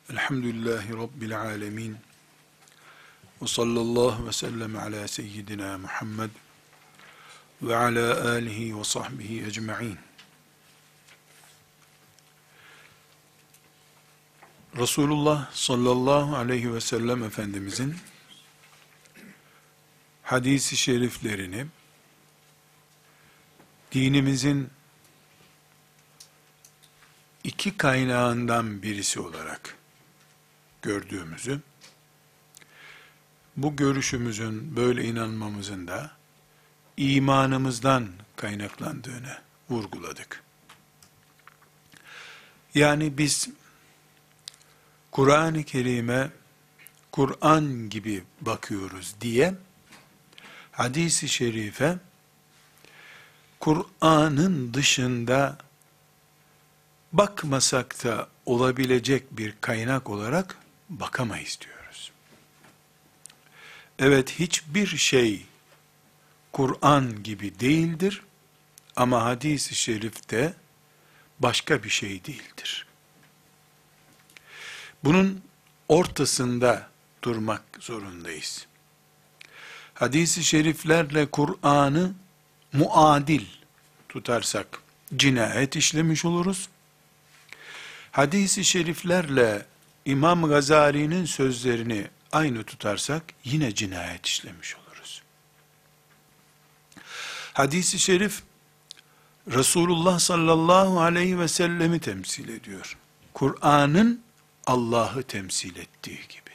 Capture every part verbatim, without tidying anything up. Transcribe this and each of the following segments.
Elhamdülillahi Rabbil alemin. Ve sallallahu ve sellem ala seyyidina Muhammed ve ala alihi ve sahbihi ecma'in. Resulullah sallallahu aleyhi ve sellem Efendimizin hadisi şeriflerini dinimizin iki kaynağından birisi olarak gördüğümüzü, bu görüşümüzün, böyle inanmamızın da imanımızdan kaynaklandığını vurguladık. Yani biz Kur'an-ı Kerim'e Kur'an gibi bakıyoruz diye hadis-i şerife Kur'an'ın dışında bakmasak da olabilecek bir kaynak olarak bakamayız diyoruz. Evet, hiçbir şey Kur'an gibi değildir ama hadis-i şerifte başka bir şey değildir. Bunun ortasında durmak zorundayız. Hadis-i şeriflerle Kur'an'ı muadil tutarsak cinayet işlemiş oluruz. Hadis-i şeriflerle İmam Gazali'nin sözlerini aynı tutarsak yine cinayet işlemiş oluruz. Hadis-i şerif Resulullah sallallahu aleyhi ve sellemi temsil ediyor. Kur'an'ın Allah'ı temsil ettiği gibi.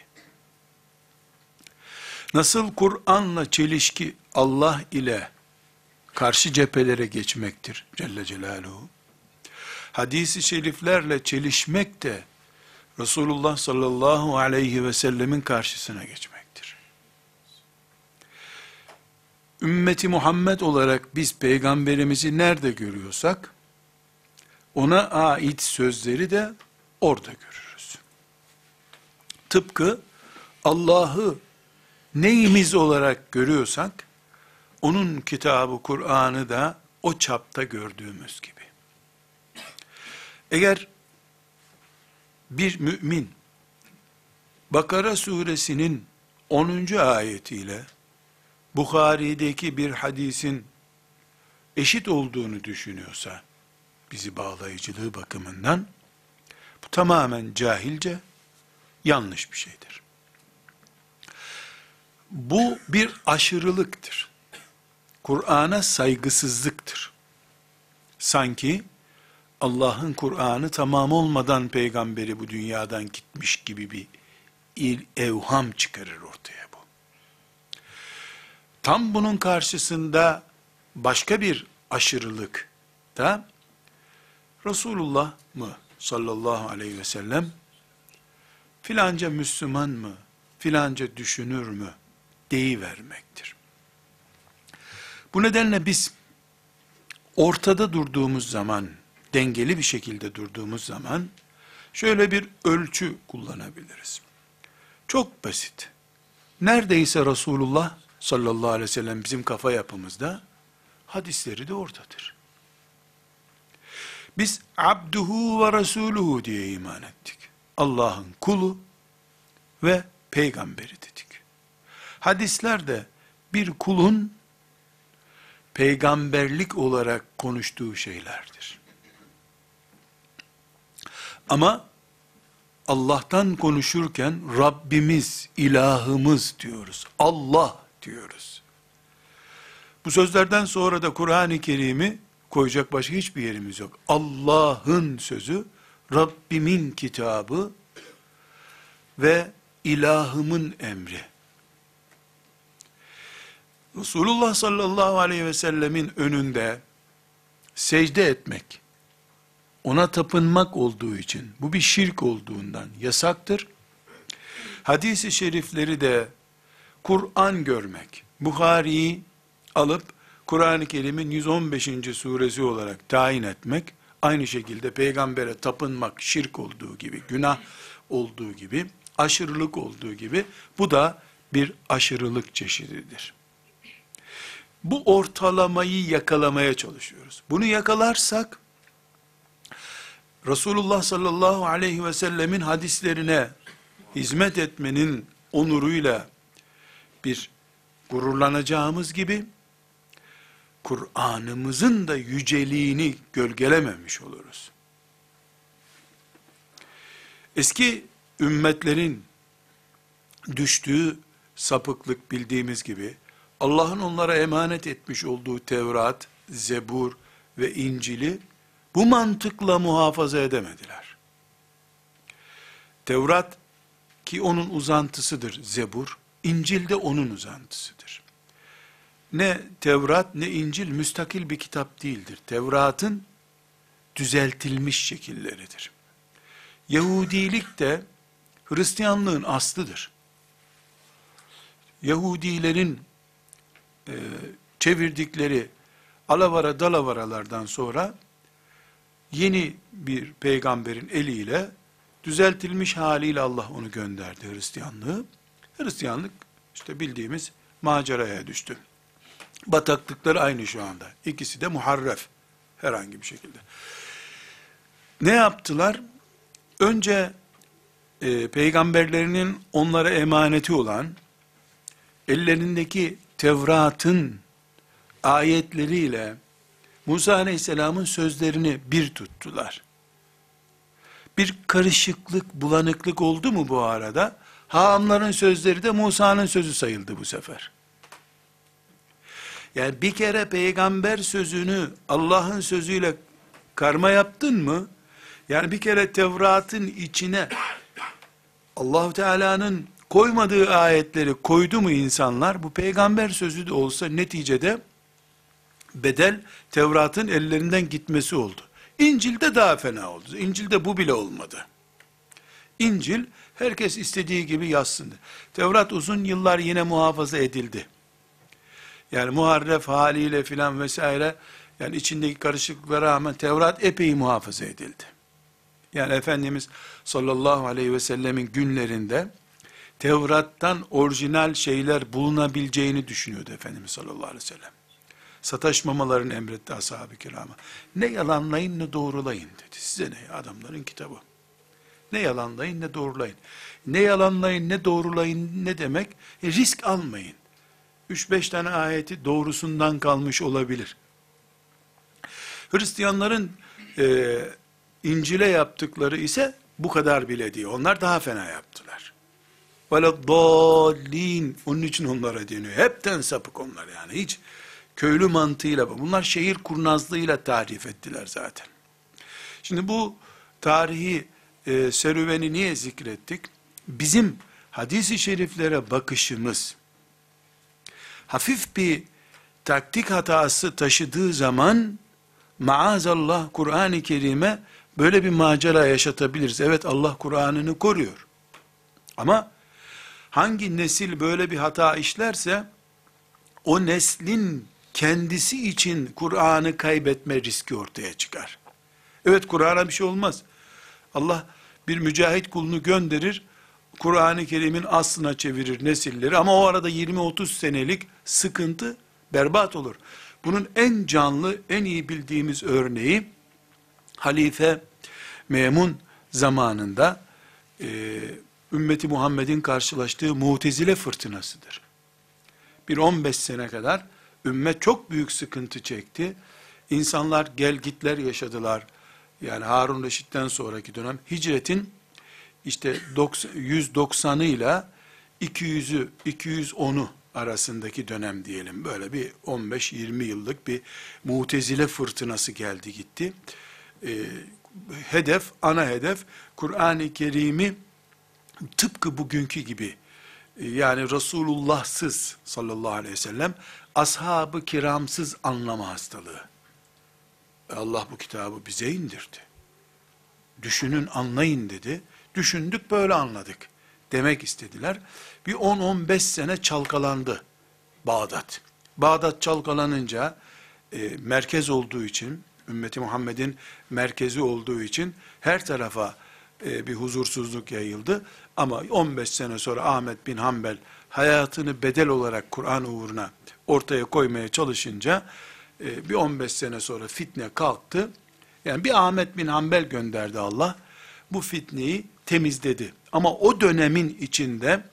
Nasıl Kur'an'la çelişki Allah ile karşı cephelere geçmektir Celle Celaluhu, hadis-i şeriflerle çelişmek de Resulullah sallallahu aleyhi ve sellemin karşısına geçmektir. Ümmeti Muhammed olarak biz peygamberimizi nerede görüyorsak, ona ait sözleri de orada görürüz. Tıpkı Allah'ı neyimiz olarak görüyorsak, onun kitabı Kur'an'ı da o çapta gördüğümüz gibi. Eğer bir mümin Bakara suresinin onuncu ayetiyle Bukhari'deki bir hadisin eşit olduğunu düşünüyorsa, bizi bağlayıcılığı bakımından, bu tamamen cahilce, yanlış bir şeydir. Bu bir aşırılıktır. Kur'an'a saygısızlıktır. Sanki Allah'ın Kur'an'ı tamam olmadan peygamberi bu dünyadan gitmiş gibi bir il, evham çıkarır ortaya bu. Tam bunun karşısında başka bir aşırılık da Resulullah mı sallallahu aleyhi ve sellem filanca Müslüman mı, filanca düşünür mü deyivermektir. Bu nedenle biz ortada durduğumuz zaman, dengeli bir şekilde durduğumuz zaman şöyle bir ölçü kullanabiliriz. Çok basit. Neredeyse Resulullah sallallahu aleyhi ve sellem bizim kafa yapımızda, hadisleri de oradadır. Biz abduhu ve resuluhu diye iman ettik. Allah'ın kulu ve peygamberi dedik. Hadisler de bir kulun peygamberlik olarak konuştuğu şeylerdir. Ama Allah'tan konuşurken Rabbimiz, ilahımız diyoruz. Allah diyoruz. Bu sözlerden sonra da Kur'an-ı Kerim'i koyacak başka hiçbir yerimiz yok. Allah'ın sözü, Rabbimin kitabı ve ilahımın emri. Resulullah sallallahu aleyhi ve sellemin önünde secde etmek, ona tapınmak olduğu için, bu bir şirk olduğundan yasaktır. Hadis-i şerifleri de Kur'an görmek, Bukhari'yi alıp Kur'an-ı Kerim'in yüz on beşinci suresi olarak tayin etmek, aynı şekilde peygambere tapınmak şirk olduğu gibi, günah olduğu gibi, aşırılık olduğu gibi, bu da bir aşırılık çeşididir. Bu ortalamayı yakalamaya çalışıyoruz. Bunu yakalarsak, Resulullah sallallahu aleyhi ve sellemin hadislerine hizmet etmenin onuruyla bir gururlanacağımız gibi, Kur'an'ımızın da yüceliğini gölgelememiş oluruz. Eski ümmetlerin düştüğü sapıklık bildiğimiz gibi, Allah'ın onlara emanet etmiş olduğu Tevrat, Zebur ve İncil'i bu mantıkla muhafaza edemediler. Tevrat ki onun uzantısıdır Zebur, İncil de onun uzantısıdır. Ne Tevrat ne İncil müstakil bir kitap değildir. Tevrat'ın düzeltilmiş şekilleridir. Yahudilik de Hristiyanlığın aslıdır. Yahudilerin e, çevirdikleri alavara dalavaralardan sonra yeni bir peygamberin eliyle düzeltilmiş haliyle Allah onu gönderdi Hristiyanlığı. Hristiyanlık işte bildiğimiz maceraya düştü. Bataklıkları aynı şu anda. İkisi de muharref herhangi bir şekilde. Ne yaptılar? Önce e, peygamberlerinin onlara emaneti olan ellerindeki Tevrat'ın ayetleriyle Musa Aleyhisselam'ın sözlerini bir tuttular. Bir karışıklık, bulanıklık oldu mu bu arada? Haamların sözleri de Musa'nın sözü sayıldı bu sefer. Yani bir kere peygamber sözünü Allah'ın sözüyle karma yaptın mı? Yani bir kere Tevrat'ın içine Allah-u Teala'nın koymadığı ayetleri koydu mu insanlar? Bu peygamber sözü de olsa neticede bedel Tevrat'ın ellerinden gitmesi oldu. İncil'de daha fena oldu. İncil'de bu bile olmadı. İncil herkes istediği gibi yazsın. Tevrat uzun yıllar yine muhafaza edildi. Yani muharref haliyle filan vesaire, yani içindeki karışıklıklara rağmen Tevrat epey muhafaza edildi. Yani Efendimiz sallallahu aleyhi ve sellemin günlerinde Tevrat'tan orijinal şeyler bulunabileceğini düşünüyordu Efendimiz sallallahu aleyhi ve sellem. Sataşmamalarını emretti ashab-ı kirama. Ne yalanlayın ne doğrulayın dedi. Size ne, adamların kitabı. Ne yalanlayın ne doğrulayın. Ne yalanlayın ne doğrulayın ne demek? E, risk almayın. Üç beş tane ayeti doğrusundan kalmış olabilir. Hristiyanların e, İncil'e yaptıkları ise bu kadar bile değil. Onlar daha fena yaptılar. وَلَضَّالِّينَ Onun için onlara deniyor. Hepten sapık onlar yani. Hiç köylü mantığıyla, bunlar şehir kurnazlığıyla tarif ettiler zaten. Şimdi bu tarihi e, serüveni niye zikrettik? Bizim hadis-i şeriflere bakışımız, hafif bir taktik hatası taşıdığı zaman, maazallah Kur'an-ı Kerim'e böyle bir macera yaşatabiliriz. Evet, Allah Kur'an'ını koruyor. Ama hangi nesil böyle bir hata işlerse, o neslin kendisi için Kur'an'ı kaybetme riski ortaya çıkar. Evet, Kur'an'a bir şey olmaz. Allah bir mücahit kulunu gönderir, Kur'an-ı Kerim'in aslına çevirir nesilleri, ama o arada yirmi otuz senelik sıkıntı berbat olur. Bunun en canlı, en iyi bildiğimiz örneği, Halife Memun zamanında e, ümmeti Muhammed'in karşılaştığı Mutezile fırtınasıdır. Bir on beş sene kadar ümmet çok büyük sıkıntı çekti. İnsanlar gel gitler yaşadılar. Yani Harun Reşit'ten sonraki dönem hicretin işte yüz doksanı ile iki yüzü iki yüz onu arasındaki dönem diyelim. Böyle bir on beş yirmi yıllık bir Mutezile fırtınası geldi gitti. Ee, hedef, ana hedef Kur'an-ı Kerim'i tıpkı bugünkü gibi, yani Resulullah'sız sallallahu aleyhi ve sellem, ashab-ı kiramsız anlama hastalığı. Allah bu kitabı bize indirdi. Düşünün, anlayın dedi. Düşündük, böyle anladık demek istediler. Bir on on beş sene çalkalandı Bağdat. Bağdat çalkalanınca e, merkez olduğu için, ümmeti Muhammed'in merkezi olduğu için her tarafa e, bir huzursuzluk yayıldı. Ama on beş sene sonra Ahmet bin Hanbel hayatını bedel olarak Kur'an uğruna ortaya koymaya çalışınca e, bir on beş sene sonra fitne kalktı. Yani bir Ahmet bin Hanbel gönderdi Allah. Bu fitneyi temizledi. Ama o dönemin içinde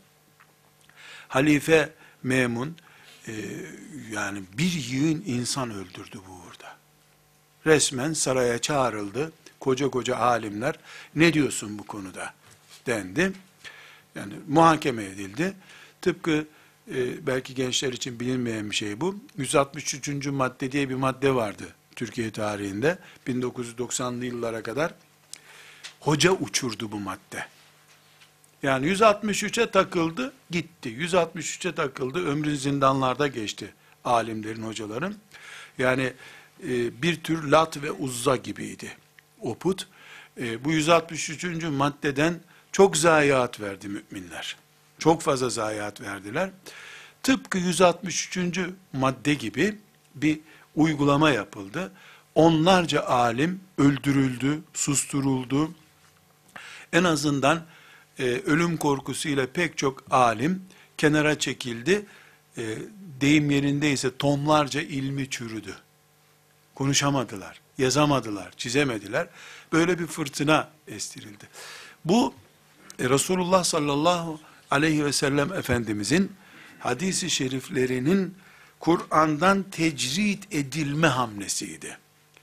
Halife Memun e, yani bir yığın insan öldürdü bu uğurda. Resmen saraya çağrıldı. Koca koca alimler, ne diyorsun bu konuda dendi. Yani muhakeme edildi. Tıpkı e, belki gençler için bilinmeyen bir şey bu. yüz altmış üçüncü madde diye bir madde vardı Türkiye tarihinde. bin dokuz yüz doksanlı yıllara kadar hoca uçurdu bu madde. Yani yüz altmış üçe takıldı, gitti. yüz altmış üçe takıldı, ömrü zindanlarda geçti alimlerin, hocaların. Yani e, bir tür Lat ve Uzza gibiydi o put. E, bu yüz altmış üçüncü maddeden çok zayiat verdi müminler. Çok fazla zayiat verdiler. Tıpkı yüz altmış üçüncü madde gibi bir uygulama yapıldı. Onlarca alim öldürüldü, susturuldu. En azından e, ölüm korkusuyla pek çok alim kenara çekildi. E, deyim yerindeyse tonlarca ilmi çürüdü. Konuşamadılar, yazamadılar, çizemediler. Böyle bir fırtına estirildi. Bu e, Resulullah sallallahu aleyhi ve sellem Efendimizin hadis-i şeriflerinin Kur'an'dan tecrid edilme hamlesiydi.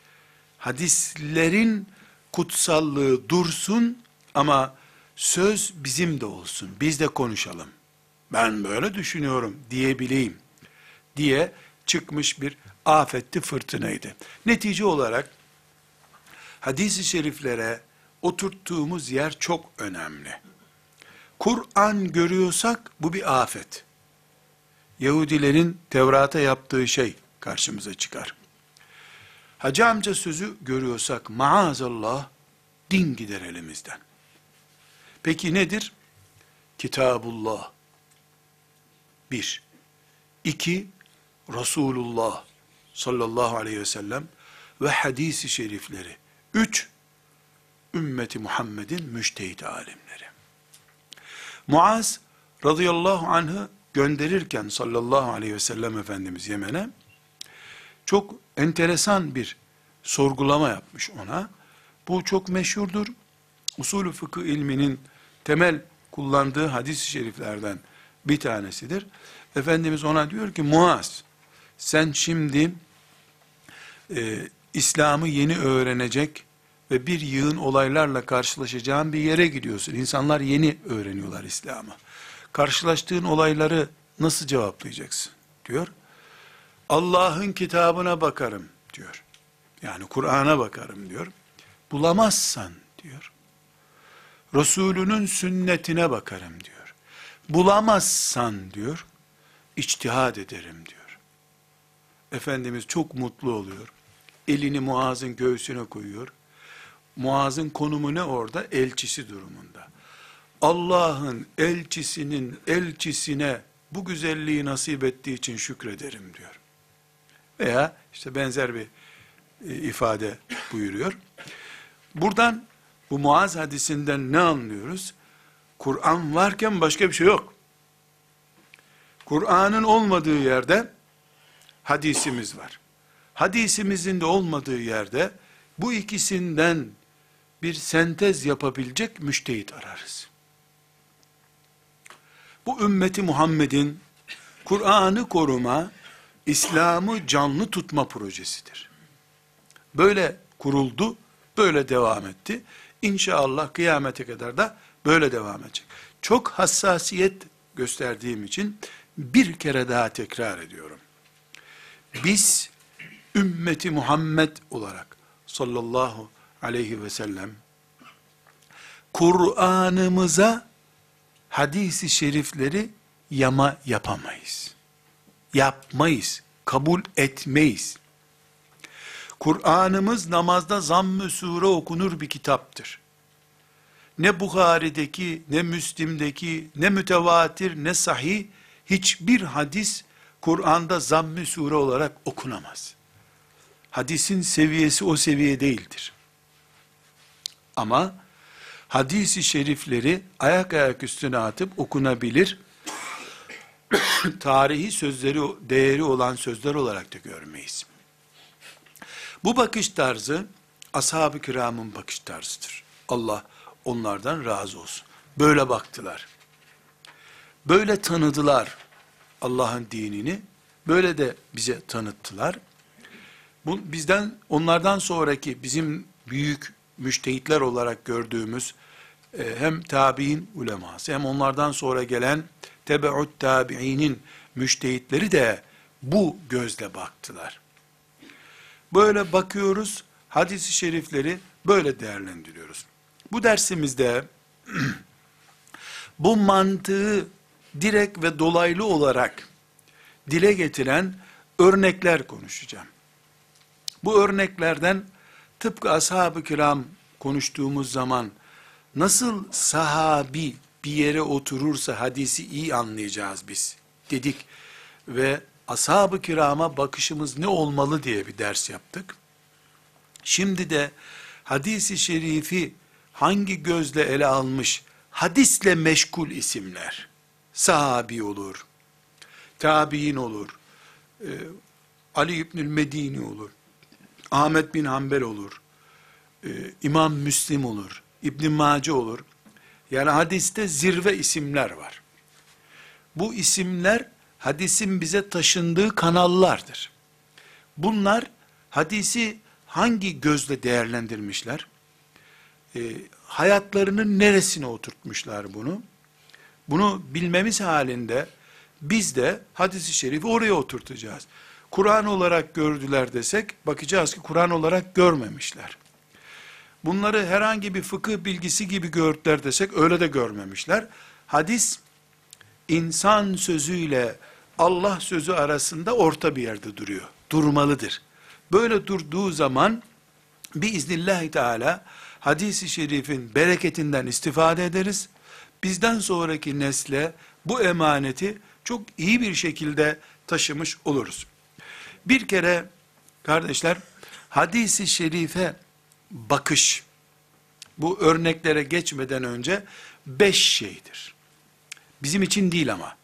Hadislerin kutsallığı dursun ama söz bizim de olsun, biz de konuşalım. Ben böyle düşünüyorum diyebileyim diye çıkmış bir afetli fırtınaydı. Netice olarak hadis-i şeriflere oturttuğumuz yer çok önemli. Kur'an görüyorsak bu bir afet. Yahudilerin Tevrat'a yaptığı şey karşımıza çıkar. Hacı amca sözü görüyorsak maazallah din gider elimizden. Peki nedir? Kitabullah. Bir. İki, Resulullah sallallahu aleyhi ve sellem ve hadisi şerifleri. Üç, ümmeti Muhammed'in müştehit alimleri. Muaz radıyallahu anh'ı gönderirken sallallahu aleyhi ve sellem Efendimiz Yemen'e çok enteresan bir sorgulama yapmış ona. Bu çok meşhurdur. Usulü fıkıh ilminin temel kullandığı hadis-i şeriflerden bir tanesidir. Efendimiz ona diyor ki, Muaz, sen şimdi e, İslam'ı yeni öğrenecek ve bir yığın olaylarla karşılaşacağın bir yere gidiyorsun. İnsanlar yeni öğreniyorlar İslam'ı. Karşılaştığın olayları nasıl cevaplayacaksın diyor. Allah'ın kitabına bakarım diyor. Yani Kur'an'a bakarım diyor. Bulamazsan diyor, Resulünün sünnetine bakarım diyor. Bulamazsan diyor, içtihad ederim diyor. Efendimiz çok mutlu oluyor. Elini Muaz'ın göğsüne koyuyor. Muaz'ın konumu ne orada? Elçisi durumunda. Allah'ın elçisinin elçisine bu güzelliği nasip ettiği için şükrederim diyor. Veya işte benzer bir e, ifade buyuruyor. Buradan bu Muaz hadisinden ne anlıyoruz? Kur'an varken başka bir şey yok. Kur'an'ın olmadığı yerde hadisimiz var. Hadisimizin de olmadığı yerde bu ikisinden bir sentez yapabilecek müştehit ararız. Bu ümmeti Muhammed'in Kur'an'ı koruma, İslam'ı canlı tutma projesidir. Böyle kuruldu, böyle devam etti. İnşallah kıyamete kadar da böyle devam edecek. Çok hassasiyet gösterdiğim için bir kere daha tekrar ediyorum. Biz ümmeti Muhammed olarak sallallahu aleyhi ve sellem Kur'an'ımıza hadis-i şerifleri yama yapamayız. Yapmayız. Kabul etmeyiz. Kur'an'ımız namazda zamm-ı sure okunur bir kitaptır. Ne Bukhari'deki, ne Müslim'deki, ne mütevatir, ne sahih, hiçbir hadis Kur'an'da zamm-ı sure olarak okunamaz. Hadisin seviyesi o seviye değildir. Ama hadis-i şerifleri ayak ayak üstüne atıp okunabilir, tarihi sözleri, değeri olan sözler olarak da görmeyiz. Bu bakış tarzı ashab-ı kiramın bakış tarzıdır. Allah onlardan razı olsun. Böyle baktılar. Böyle tanıdılar Allah'ın dinini. Böyle de bize tanıttılar. Bu, bizden, onlardan sonraki bizim büyük müştehitler olarak gördüğümüz e, hem tabi'in uleması hem onlardan sonra gelen tebeut tabi'inin müştehitleri de bu gözle baktılar. Böyle bakıyoruz, hadis-i şerifleri böyle değerlendiriyoruz. Bu dersimizde bu mantığı direkt ve dolaylı olarak dile getiren örnekler konuşacağım. Bu örneklerden tıpkı ashab-ı kiram konuştuğumuz zaman nasıl sahabi bir yere oturursa hadisi iyi anlayacağız biz dedik ve ashab-ı kirama bakışımız ne olmalı diye bir ders yaptık. Şimdi de hadisi şerifi hangi gözle ele almış hadisle meşgul isimler, sahabi olur, tabi'in olur, e, Ali İbnül Medini olur, Ahmet bin Hanbel olur, e, İmam Müslim olur, İbn Mace olur. Yani hadiste zirve isimler var. Bu isimler hadisin bize taşındığı kanallardır. Bunlar hadisi hangi gözle değerlendirmişler? E, hayatlarının neresine oturtmuşlar bunu? Bunu bilmemiz halinde biz de hadis-i şerifi oraya oturtacağız. Kur'an olarak gördüler desek, bakacağız ki Kur'an olarak görmemişler. Bunları herhangi bir fıkıh bilgisi gibi gördüler desek, öyle de görmemişler. Hadis, insan sözüyle Allah sözü arasında orta bir yerde duruyor. Durmalıdır. Böyle durduğu zaman, biiznillahü teala, hadis-i şerifin bereketinden istifade ederiz. Bizden sonraki nesle bu emaneti çok iyi bir şekilde taşımış oluruz. Bir kere kardeşler, hadis-i şerife bakış, bu örneklere geçmeden önce beş şeydir. Bizim için değil ama.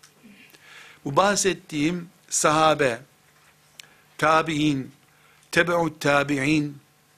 Bu bahsettiğim sahabe, tabi'in, tebeut tabi'in,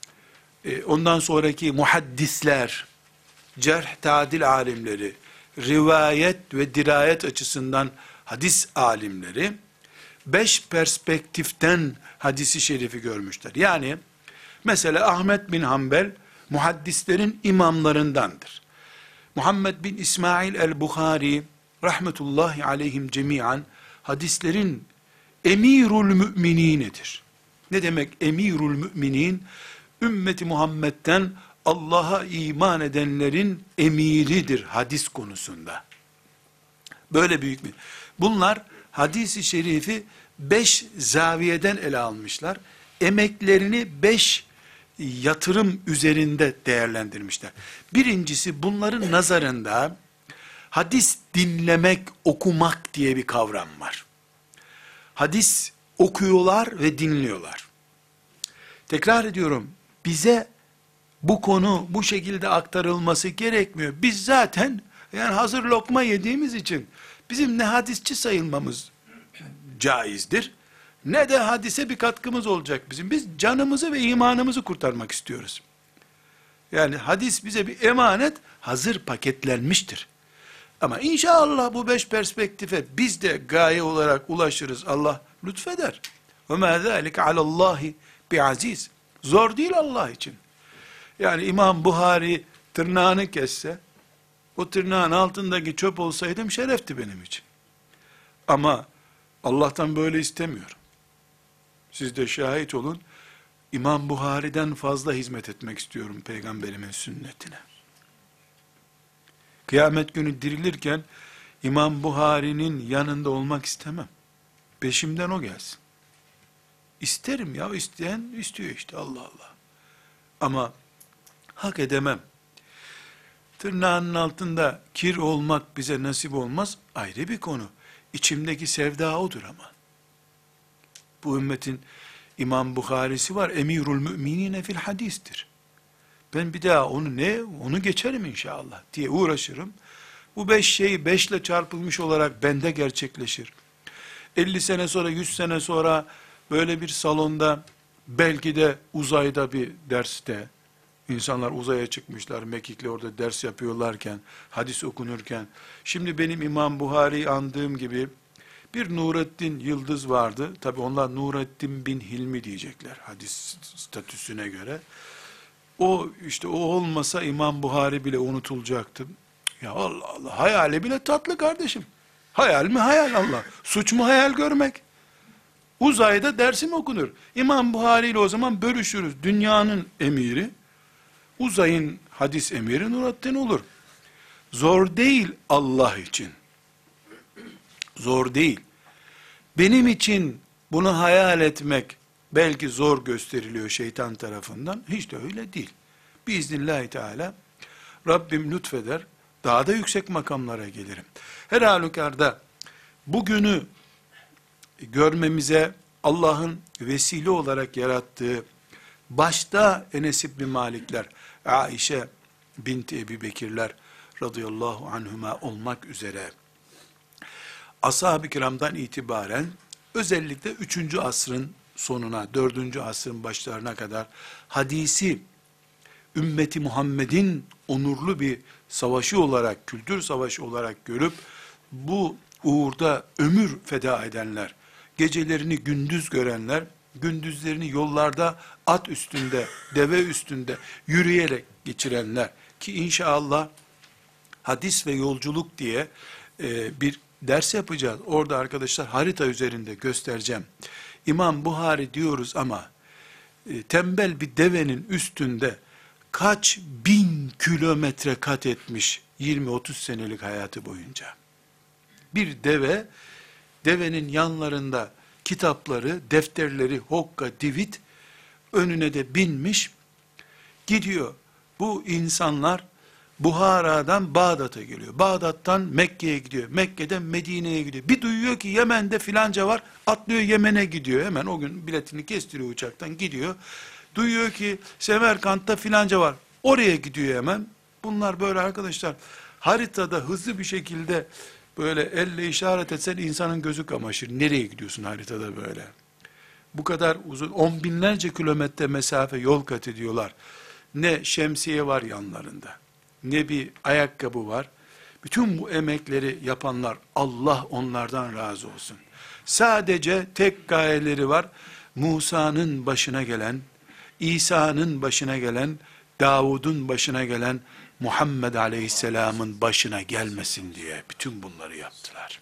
ondan sonraki muhaddisler, cerh tadil alimleri, rivayet ve dirayet açısından hadis alimleri, beş perspektiften hadisi şerifi görmüşler. Yani, mesela Ahmet bin Hanbel, muhaddislerin imamlarındandır. Muhammed bin İsmail el-Bukhari, rahmetullahi aleyhim cemiyan, hadislerin emirul mümininedir. Ne demek emirul müminin? Ümmeti Muhammed'den Allah'a iman edenlerin emiridir hadis konusunda. Böyle büyük bir. Bunlar hadis-i şerifi beş zaviyeden ele almışlar. Emeklerini beş yatırım üzerinde değerlendirmişler. Birincisi, bunların nazarında hadis dinlemek, okumak diye bir kavram var. Hadis okuyorlar ve dinliyorlar. Tekrar ediyorum, bize bu konu bu şekilde aktarılması gerekmiyor. Biz zaten yani hazır lokma yediğimiz için bizim ne hadisçi sayılmamız caizdir, ne de hadise bir katkımız olacak bizim. Biz canımızı ve imanımızı kurtarmak istiyoruz. Yani hadis bize bir emanet, hazır paketlenmiştir. Ama inşallah bu beş perspektife biz de gaye olarak ulaşırız. Allah lütfeder. وَمَا ذَٰلِكَ عَلَى اللّٰهِ بِعَز۪يزٍ. Zor değil Allah için. Yani İmam Buhari tırnağını kesse, o tırnağın altındaki çöp olsaydım şerefti benim için. Ama Allah'tan böyle istemiyorum. Siz de şahit olun, İmam Buhari'den fazla hizmet etmek istiyorum Peygamberimin sünnetine. Kıyamet günü dirilirken, İmam Buhari'nin yanında olmak istemem. Peşimden o gelsin. İsterim ya, isteyen istiyor işte, Allah Allah. Ama hak edemem. Tırnağının altında kir olmak bize nasip olmaz, ayrı bir konu. İçimdeki sevda odur ama. Bu ümmetin İmam Bukhari'si var, emirul müminine fil hadistir. Ben bir daha onu ne, onu geçerim inşallah diye uğraşırım. Bu beş şey beşle çarpılmış olarak bende gerçekleşir. elli sene sonra, yüz sene sonra böyle bir salonda, belki de uzayda bir derste, İnsanlar uzaya çıkmışlar, mekikle orada ders yapıyorlarken, hadis okunurken. Şimdi benim İmam Buhari'yi andığım gibi bir Nurettin Yıldız vardı. Tabi onlar Nurettin bin Hilmi diyecekler hadis statüsüne göre. O işte o olmasa İmam Buhari bile unutulacaktı. Ya Allah Allah, hayali bile tatlı kardeşim. Hayal mi hayal Allah. Suç mu hayal görmek? Uzayda dersim okunur. İmam Buhari ile o zaman bölüşürüz. Dünyanın emiri, uzayın hadis emiri Nurattin olur. Zor değil Allah için. Zor değil. Benim için bunu hayal etmek belki zor gösteriliyor şeytan tarafından. Hiç de öyle değil. Biiznillahü teala Rabbim lütfeder, daha da yüksek makamlara gelirim. Her halükarda bugünü görmemize Allah'ın vesile olarak yarattığı, başta Enes İbni Malikler, Aişe binti Ebi Bekirler radıyallahu anhuma olmak üzere, ashab-ı kiramdan itibaren, özellikle üçüncü asrın sonuna, dördüncü asrın başlarına kadar, hadisi, ümmeti Muhammed'in onurlu bir savaşı olarak, kültür savaşı olarak görüp, bu uğurda ömür feda edenler, gecelerini gündüz görenler, gündüzlerini yollarda, at üstünde, deve üstünde, yürüyerek geçirenler, ki inşallah, hadis ve yolculuk diye e, bir ders yapacağız. Orada arkadaşlar harita üzerinde göstereceğim. İmam Buhari diyoruz ama, e, tembel bir devenin üstünde, kaç bin kilometre kat etmiş, yirmi otuz senelik hayatı boyunca. Bir deve, devenin yanlarında kitapları, defterleri, hokka, divit, önüne de binmiş, gidiyor. Bu insanlar, Buhara'dan Bağdat'a geliyor. Bağdat'tan Mekke'ye gidiyor. Mekke'den Medine'ye gidiyor. Bir duyuyor ki Yemen'de filanca var, atlıyor Yemen'e gidiyor. Hemen o gün biletini kestiriyor, uçaktan gidiyor. Duyuyor ki Semerkant'ta filanca var, oraya gidiyor hemen. Bunlar böyle arkadaşlar, haritada hızlı bir şekilde böyle elle işaret etsen insanın gözü kamaşır. Nereye gidiyorsun haritada böyle? Bu kadar uzun, on binlerce kilometre mesafe yol kat ediyorlar. Ne şemsiye var yanlarında, ne bir ayakkabı var. Bütün bu emekleri yapanlar, Allah onlardan razı olsun. Sadece tek gayeleri var, Musa'nın başına gelen, İsa'nın başına gelen, Davud'un başına gelen, Muhammed Aleyhisselam'ın başına gelmesin diye bütün bunları yaptılar.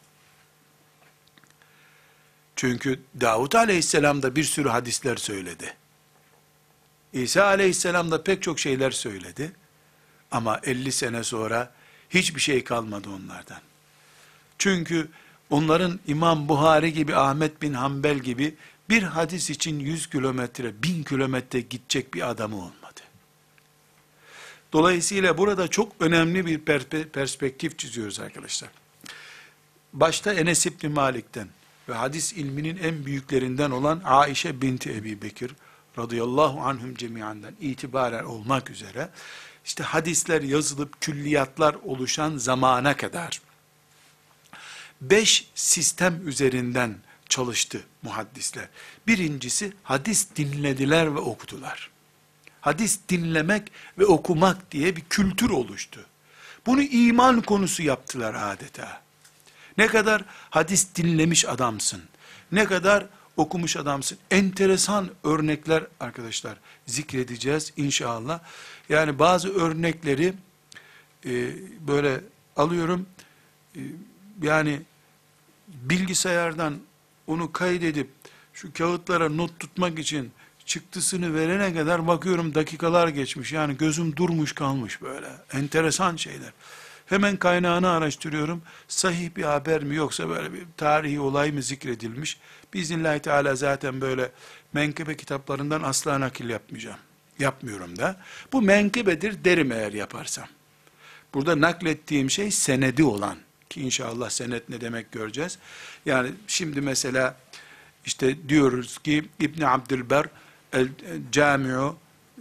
Çünkü Davud Aleyhisselam da bir sürü hadisler söyledi. İsa Aleyhisselam da pek çok şeyler söyledi. Ama elli sene sonra hiçbir şey kalmadı onlardan. Çünkü onların İmam Buhari gibi, Ahmet bin Hanbel gibi bir hadis için yüz kilometre, bin kilometre gidecek bir adamı olmadı. Dolayısıyla burada çok önemli bir perspektif çiziyoruz arkadaşlar. Başta Enes İbni Malik'ten ve hadis ilminin en büyüklerinden olan Aişe binti Ebi Bekir radıyallahu anhum cemiyandan itibaren olmak üzere, işte hadisler yazılıp külliyatlar oluşan zamana kadar beş sistem üzerinden çalıştı muhaddisler. Birincisi, hadis dinlediler ve okudular. Hadis dinlemek ve okumak diye bir kültür oluştu. Bunu iman konusu yaptılar adeta. Ne kadar hadis dinlemiş adamsın, ne kadar okumuş adamsın. Enteresan örnekler arkadaşlar zikredeceğiz inşallah. Yani bazı örnekleri e, böyle alıyorum, e, yani bilgisayardan onu kaydedip şu kağıtlara not tutmak için çıktısını verene kadar bakıyorum dakikalar geçmiş. Yani gözüm durmuş kalmış böyle. Enteresan şeyler. Hemen kaynağını araştırıyorum. Sahih bir haber mi yoksa böyle bir tarihi olay mı zikredilmiş? Biiznillahü Teala zaten böyle menkıbe kitaplarından asla nakil yapmayacağım. Yapmıyorum da. Bu menkıbedir derim eğer yaparsam. Burada naklettiğim şey senedi olan, ki inşallah senet ne demek göreceğiz. Yani şimdi mesela işte diyoruz ki İbn Abdülber el Camiu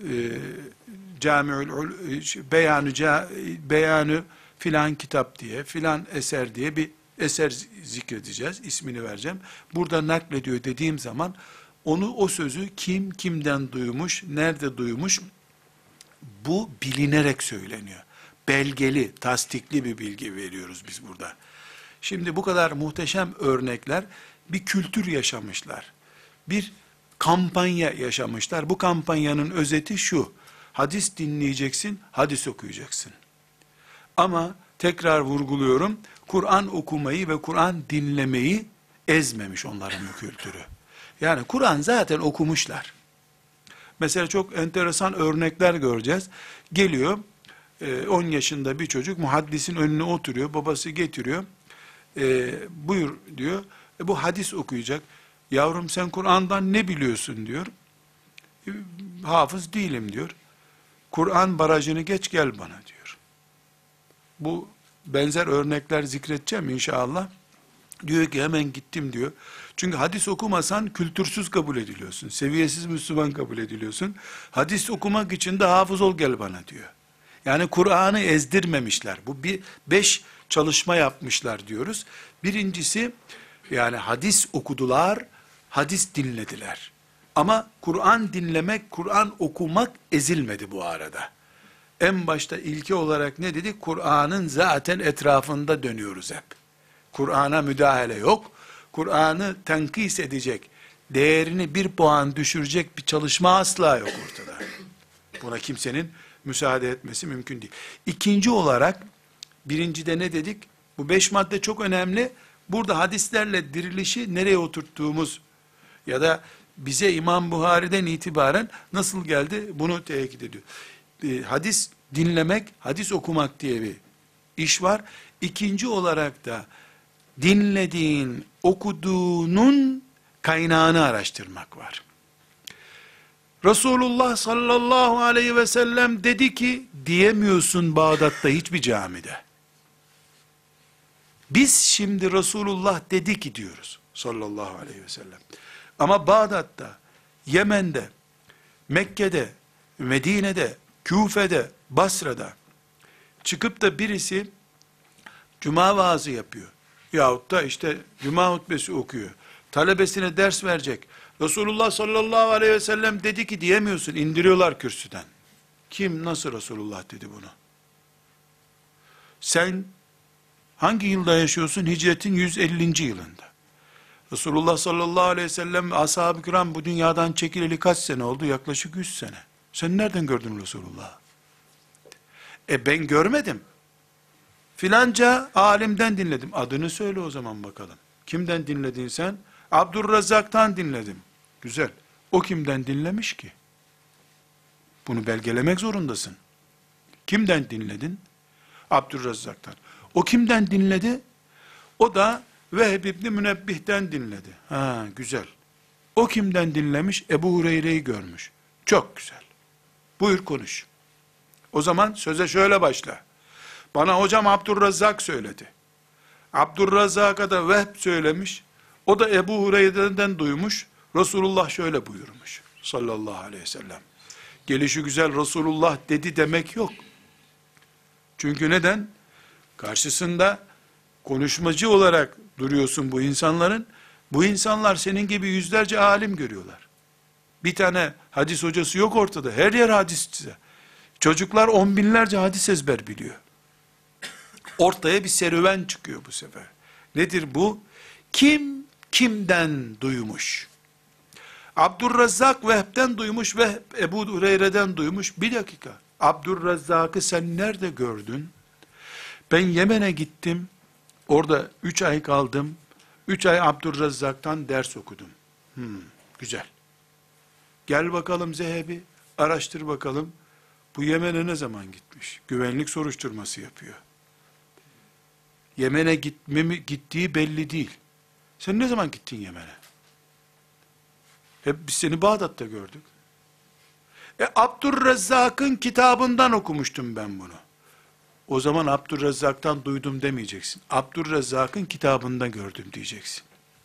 Camiul Beyanı Beyanı filan kitap diye, filan eser diye bir eser zikredeceğiz, ismini vereceğim. Burada naklediyor dediğim zaman, onu, o sözü kim kimden duymuş, nerede duymuş, Bu bilinerek söyleniyor. Belgeli, tasdikli bir bilgi veriyoruz biz burada. Şimdi bu kadar muhteşem örnekler, bir kültür yaşamışlar. Bir kampanya yaşamışlar. Bu kampanyanın özeti şu: hadis dinleyeceksin, hadis okuyacaksın. Ama tekrar vurguluyorum, Kur'an okumayı ve Kur'an dinlemeyi ezmemiş onların bu kültürü. Yani Kur'an zaten okumuşlar. Mesela çok enteresan örnekler göreceğiz. Geliyor, on yaşında bir çocuk muhaddisin önüne oturuyor, babası getiriyor. E, buyur diyor, e, bu hadis okuyacak. Yavrum sen Kur'an'dan ne biliyorsun diyor. E, hafız değilim diyor. Kur'an barajını geç gel bana diyor. Bu benzer örnekler zikredeceğim inşallah. Diyor ki hemen gittim diyor. Çünkü hadis okumasan kültürsüz kabul ediliyorsun. Seviyesiz Müslüman kabul ediliyorsun. Hadis okumak için de hafız ol gel bana diyor. Yani Kur'an'ı ezdirmemişler. Bu bir beş çalışma yapmışlar diyoruz. Birincisi, yani hadis okudular, hadis dinlediler. Ama Kur'an dinlemek, Kur'an okumak ezilmedi bu arada. En başta ilke olarak ne dedik? Kur'an'ın zaten etrafında dönüyoruz hep. Kur'an'a müdahale yok. Kur'an'ı tenkis edecek, değerini bir puan düşürecek bir çalışma asla yok ortada. Buna kimsenin müsaade etmesi mümkün değil. İkinci olarak, birincide ne dedik? Bu beş madde çok önemli. Burada hadislerle dirilişi nereye oturttuğumuz ya da bize İmam Buhari'den itibaren nasıl geldi bunu tekit ediyor. E, hadis dinlemek, hadis okumak diye bir iş var. İkinci olarak da dinlediğin, okuduğunun kaynağını araştırmak var. Resulullah sallallahu aleyhi ve sellem dedi ki diyemiyorsun Bağdat'ta hiçbir camide. Biz şimdi Resulullah dedi ki diyoruz sallallahu aleyhi ve sellem. Ama Bağdat'ta, Yemen'de, Mekke'de, Medine'de, Küfe'de, Basra'da çıkıp da birisi cuma vaazı yapıyor. Yahut da işte cuma hutbesi okuyor. Talebesine ders verecek. Resulullah sallallahu aleyhi ve sellem dedi ki diyemiyorsun. İndiriyorlar kürsüden. Kim, nasıl Resulullah dedi bunu? Sen hangi yılda yaşıyorsun? Hicretin yüz ellinci yılında. Resulullah sallallahu aleyhi ve sellem ve ashab-ı kiram bu dünyadan çekileli kaç sene oldu? Yaklaşık yüz sene. Sen nereden gördün Resulullah'ı? E ben görmedim. Filanca alimden dinledim. Adını söyle o zaman bakalım. Kimden dinledin sen? Abdurrazzak'tan dinledim. Güzel. O kimden dinlemiş ki? Bunu belgelemek zorundasın. Kimden dinledin? Abdurrazzak'tan. O kimden dinledi? O da Vehb İbni Münebbih'ten dinledi. Ha, güzel. O kimden dinlemiş? Ebu Hureyre'yi görmüş. Çok güzel. Buyur konuş. O zaman söze şöyle başla. Bana hocam Abdurrazzak söyledi. Abdurrazzak'a da Vehb söylemiş. O da Ebu Hureyre'den duymuş. Resulullah şöyle buyurmuş. Sallallahu aleyhi ve sellem. Gelişi güzel Resulullah dedi demek yok. Çünkü neden? Karşısında konuşmacı olarak duruyorsun bu insanların. Bu insanlar senin gibi yüzlerce alim görüyorlar. Bir tane hadis hocası yok ortada. Her yer hadisçi. Çocuklar on binlerce hadis ezber biliyor. Ortaya bir serüven çıkıyor bu sefer. Nedir bu? Kim kimden duymuş? Abdurrazzak Vehb'den duymuş, Vehb Ebu Hureyre'den duymuş. Bir dakika. Abdurrazzak'ı sen nerede gördün? Ben Yemen'e gittim. Orada üç ay kaldım. Üç ay Abdurrazzak'tan ders okudum. Hmm, güzel. Gel bakalım Zehebi, araştır bakalım. Bu Yemen'e ne zaman gitmiş? Güvenlik soruşturması yapıyor. Yemen'e gitmemi, gittiği belli değil. Sen ne zaman gittin Yemen'e? Hep biz seni Bağdat'ta gördük. E Abdurrezzak'ın kitabından okumuştum ben bunu. O zaman Abdurrezzak'tan duydum demeyeceksin. Abdurrezzak'ın kitabından gördüm diyeceksin.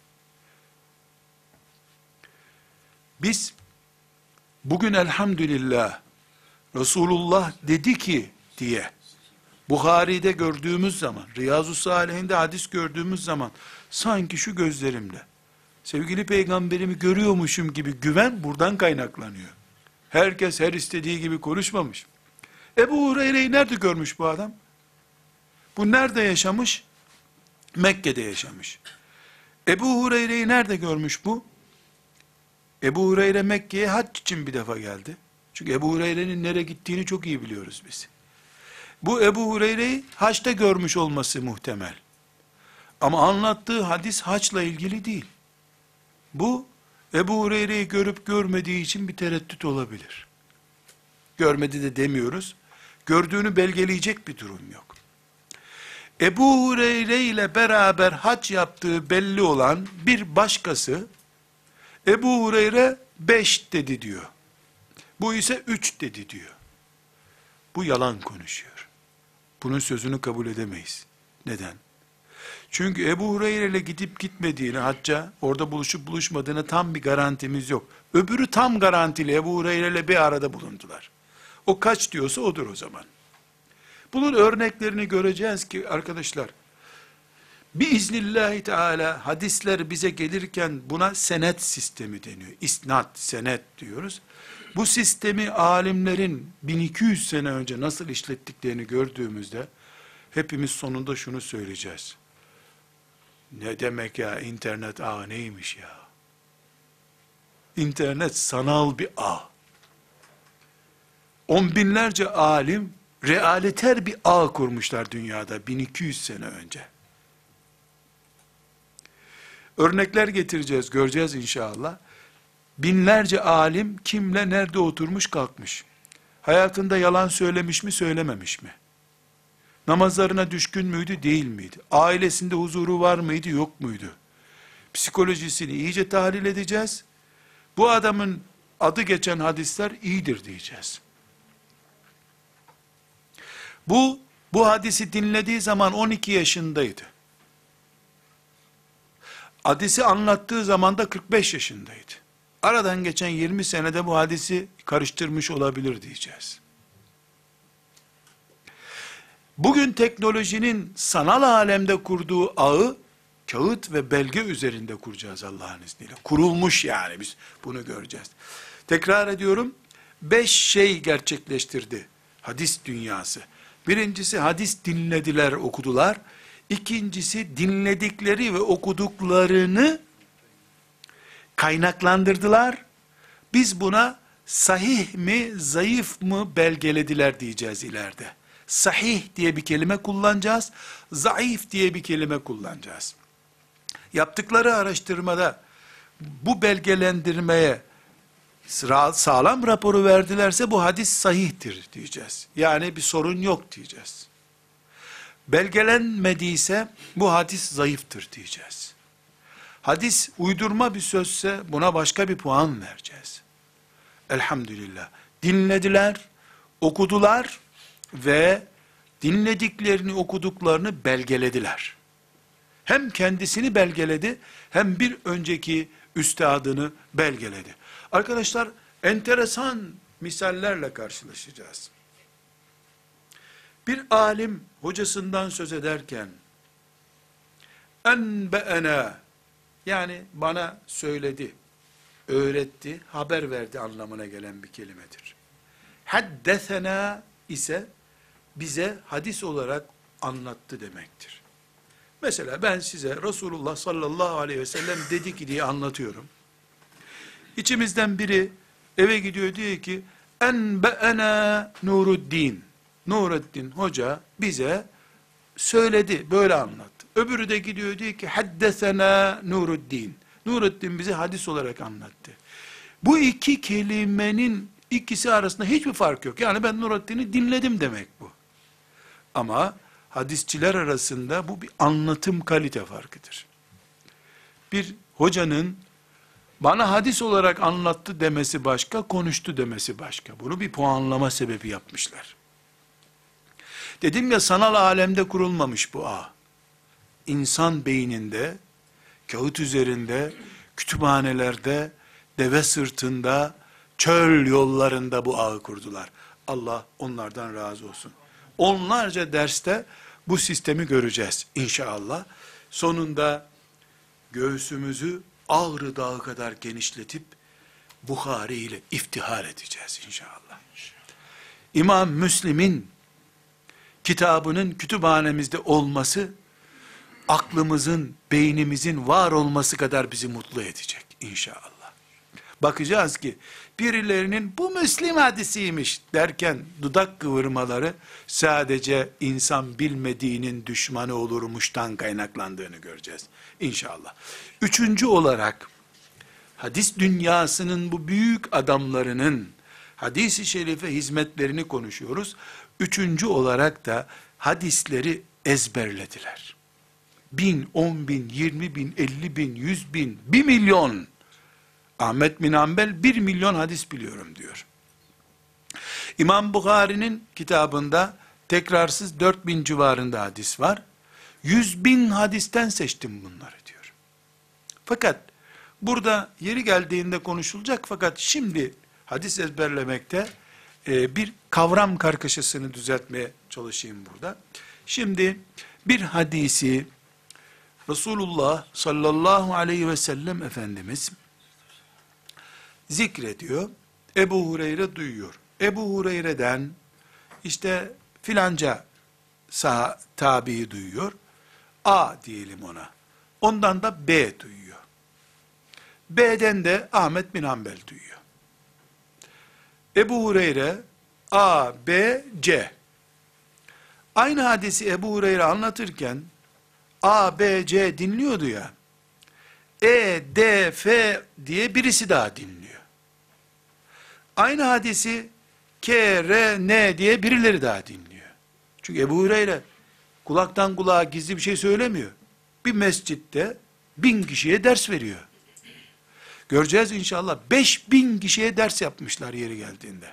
Biz bugün elhamdülillah Resulullah dedi ki diye Buhari'de gördüğümüz zaman, Riyazu Salihinde hadis gördüğümüz zaman sanki şu gözlerimle sevgili peygamberimi görüyormuşum gibi güven buradan kaynaklanıyor. Herkes her istediği gibi konuşmamış. Ebu Hureyre'yi nerede görmüş bu adam? Bu nerede yaşamış? Mekke'de yaşamış. Ebu Hureyre'yi nerede görmüş bu? Ebu Hureyre Mekke'ye hac için bir defa geldi. Çünkü Ebu Hureyre'nin nereye gittiğini çok iyi biliyoruz biz. Bu Ebu Hureyre'yi haçta görmüş olması muhtemel. Ama anlattığı hadis haçla ilgili değil. Bu Ebu Hureyre'yi görüp görmediği için bir tereddüt olabilir. Görmedi de demiyoruz. Gördüğünü belgeleyecek bir durum yok. Ebu Hureyre ile beraber hac yaptığı belli olan bir başkası, Ebu Hureyre beş dedi diyor. Bu ise üç dedi diyor. Bu yalan konuşuyor. Bunun sözünü kabul edemeyiz. Neden? Çünkü Ebu Hureyre ile gidip gitmediğini, hacca orada buluşup buluşmadığını tam bir garantimiz yok. Öbürü tam garantili Ebu Hureyre ile bir arada bulundular. O kaç diyorsa odur o zaman. Bunun örneklerini göreceğiz ki arkadaşlar, biiznillahü teala hadisler bize gelirken buna senet sistemi deniyor. İsnat, senet diyoruz. Bu sistemi alimlerin bin iki yüz sene önce nasıl işlettiklerini gördüğümüzde hepimiz sonunda şunu söyleyeceğiz. Ne demek ya internet ağı neymiş ya? İnternet sanal bir ağ. On binlerce alim realiter bir ağ kurmuşlar dünyada bin iki yüz sene önce. Örnekler getireceğiz, göreceğiz inşallah. Binlerce alim kimle nerede oturmuş kalkmış. Hayatında yalan söylemiş mi söylememiş mi? Namazlarına düşkün müydü değil miydi? Ailesinde huzuru var mıydı yok muydu? Psikolojisini iyice tahlil edeceğiz. Bu adamın adı geçen hadisler iyidir diyeceğiz. Bu, bu hadisi dinlediği zaman on iki yaşındaydı. Hadisi anlattığı zaman da kırk beş yaşındaydı. Aradan geçen yirmi senede bu hadisi karıştırmış olabilir diyeceğiz. Bugün teknolojinin sanal alemde kurduğu ağı, kağıt ve belge üzerinde kuracağız Allah'ın izniyle. Kurulmuş yani, biz bunu göreceğiz. Tekrar ediyorum, beş şey gerçekleştirdi hadis dünyası. Birincisi hadis dinlediler, okudular. İkincisi dinledikleri ve okuduklarını kaynaklandırdılar. Biz buna sahih mi, zayıf mı belgelediler diyeceğiz ileride. Sahih diye bir kelime kullanacağız, zayıf diye bir kelime kullanacağız. Yaptıkları araştırmada bu belgelendirmeye sağlam raporu verdilerse bu hadis sahihtir diyeceğiz. Yani bir sorun yok diyeceğiz. Belgelenmediyse bu hadis zayıftır diyeceğiz. Hadis uydurma bir sözse buna başka bir puan vereceğiz. Elhamdülillah. Dinlediler, okudular ve dinlediklerini, okuduklarını belgelediler. Hem kendisini belgeledi, hem bir önceki üstadını belgeledi. Arkadaşlar, enteresan misallerle karşılaşacağız. Bir alim hocasından söz ederken, enbe'ena, yani bana söyledi, öğretti, haber verdi anlamına gelen bir kelimedir. Haddesena ise bize hadis olarak anlattı demektir. Mesela ben size Resulullah sallallahu aleyhi ve sellem dedi ki diye anlatıyorum. İçimizden biri eve gidiyor, diyor ki enbe'ena Nuruddin. Nuruddin hoca bize söyledi, böyle anlattı. Öbürü de gidiyor, diyor ki haddesena Nuruddin. Nuruddin bize hadis olarak anlattı. Bu iki kelimenin ikisi arasında hiçbir fark yok. Yani ben Nuruddin'i dinledim demek bu. Ama hadisçiler arasında bu bir anlatım kalite farkıdır. Bir hocanın bana hadis olarak anlattı demesi başka, konuştu demesi başka. Bunu bir puanlama sebebi yapmışlar. Dedim ya, sanal alemde kurulmamış bu ağ. İnsan beyninde, kağıt üzerinde, kütüphanelerde, deve sırtında, çöl yollarında bu ağı kurdular. Allah onlardan razı olsun. Onlarca derste bu sistemi göreceğiz inşallah. Sonunda göğsümüzü Ağrı Dağı kadar genişletip Bukhari ile iftihar edeceğiz inşallah. İmam Müslim'in kitabının kütüphanemizde olması, aklımızın, beynimizin var olması kadar bizi mutlu edecek inşallah. Bakacağız ki birilerinin bu Müslim hadisiymiş derken dudak kıvırmaları sadece insan bilmediğinin düşmanı olurmuştan kaynaklandığını göreceğiz inşallah. Üçüncü olarak hadis dünyasının bu büyük adamlarının hadis-i şerife hizmetlerini konuşuyoruz. Üçüncü olarak da hadisleri ezberlediler. Bin, on bin, yirmi bin, elli bin, yüz bin, bir milyon. Ahmet bin Hanbel bir milyon hadis biliyorum diyor. İmam Bukhari'nin kitabında tekrarsız dört bin civarında hadis var. Yüz bin hadisten seçtim bunları diyor. Fakat burada yeri geldiğinde konuşulacak, fakat şimdi hadis ezberlemekte e, bir kavram kargaşasını düzeltmeye çalışayım burada. Şimdi bir hadisi Resulullah sallallahu aleyhi ve sellem Efendimiz zikrediyor. Ebu Hureyre duyuyor. Ebu Hureyre'den işte filanca sah tabi'i duyuyor. A diyelim ona. Ondan da B duyuyor. B'den de Ahmet bin Hanbel duyuyor. Ebu Hureyre A, B, C. Aynı hadisi Ebu Hureyre anlatırken A, B, C dinliyordu ya. E, D, F diye birisi daha dinliyor. Aynı hadisi K, R, N diye birileri daha dinliyor. Çünkü Ebu Hureyre kulaktan kulağa gizli bir şey söylemiyor. Bir mescitte bin kişiye ders veriyor. Göreceğiz inşallah. Beş bin kişiye ders yapmışlar yeri geldiğinde.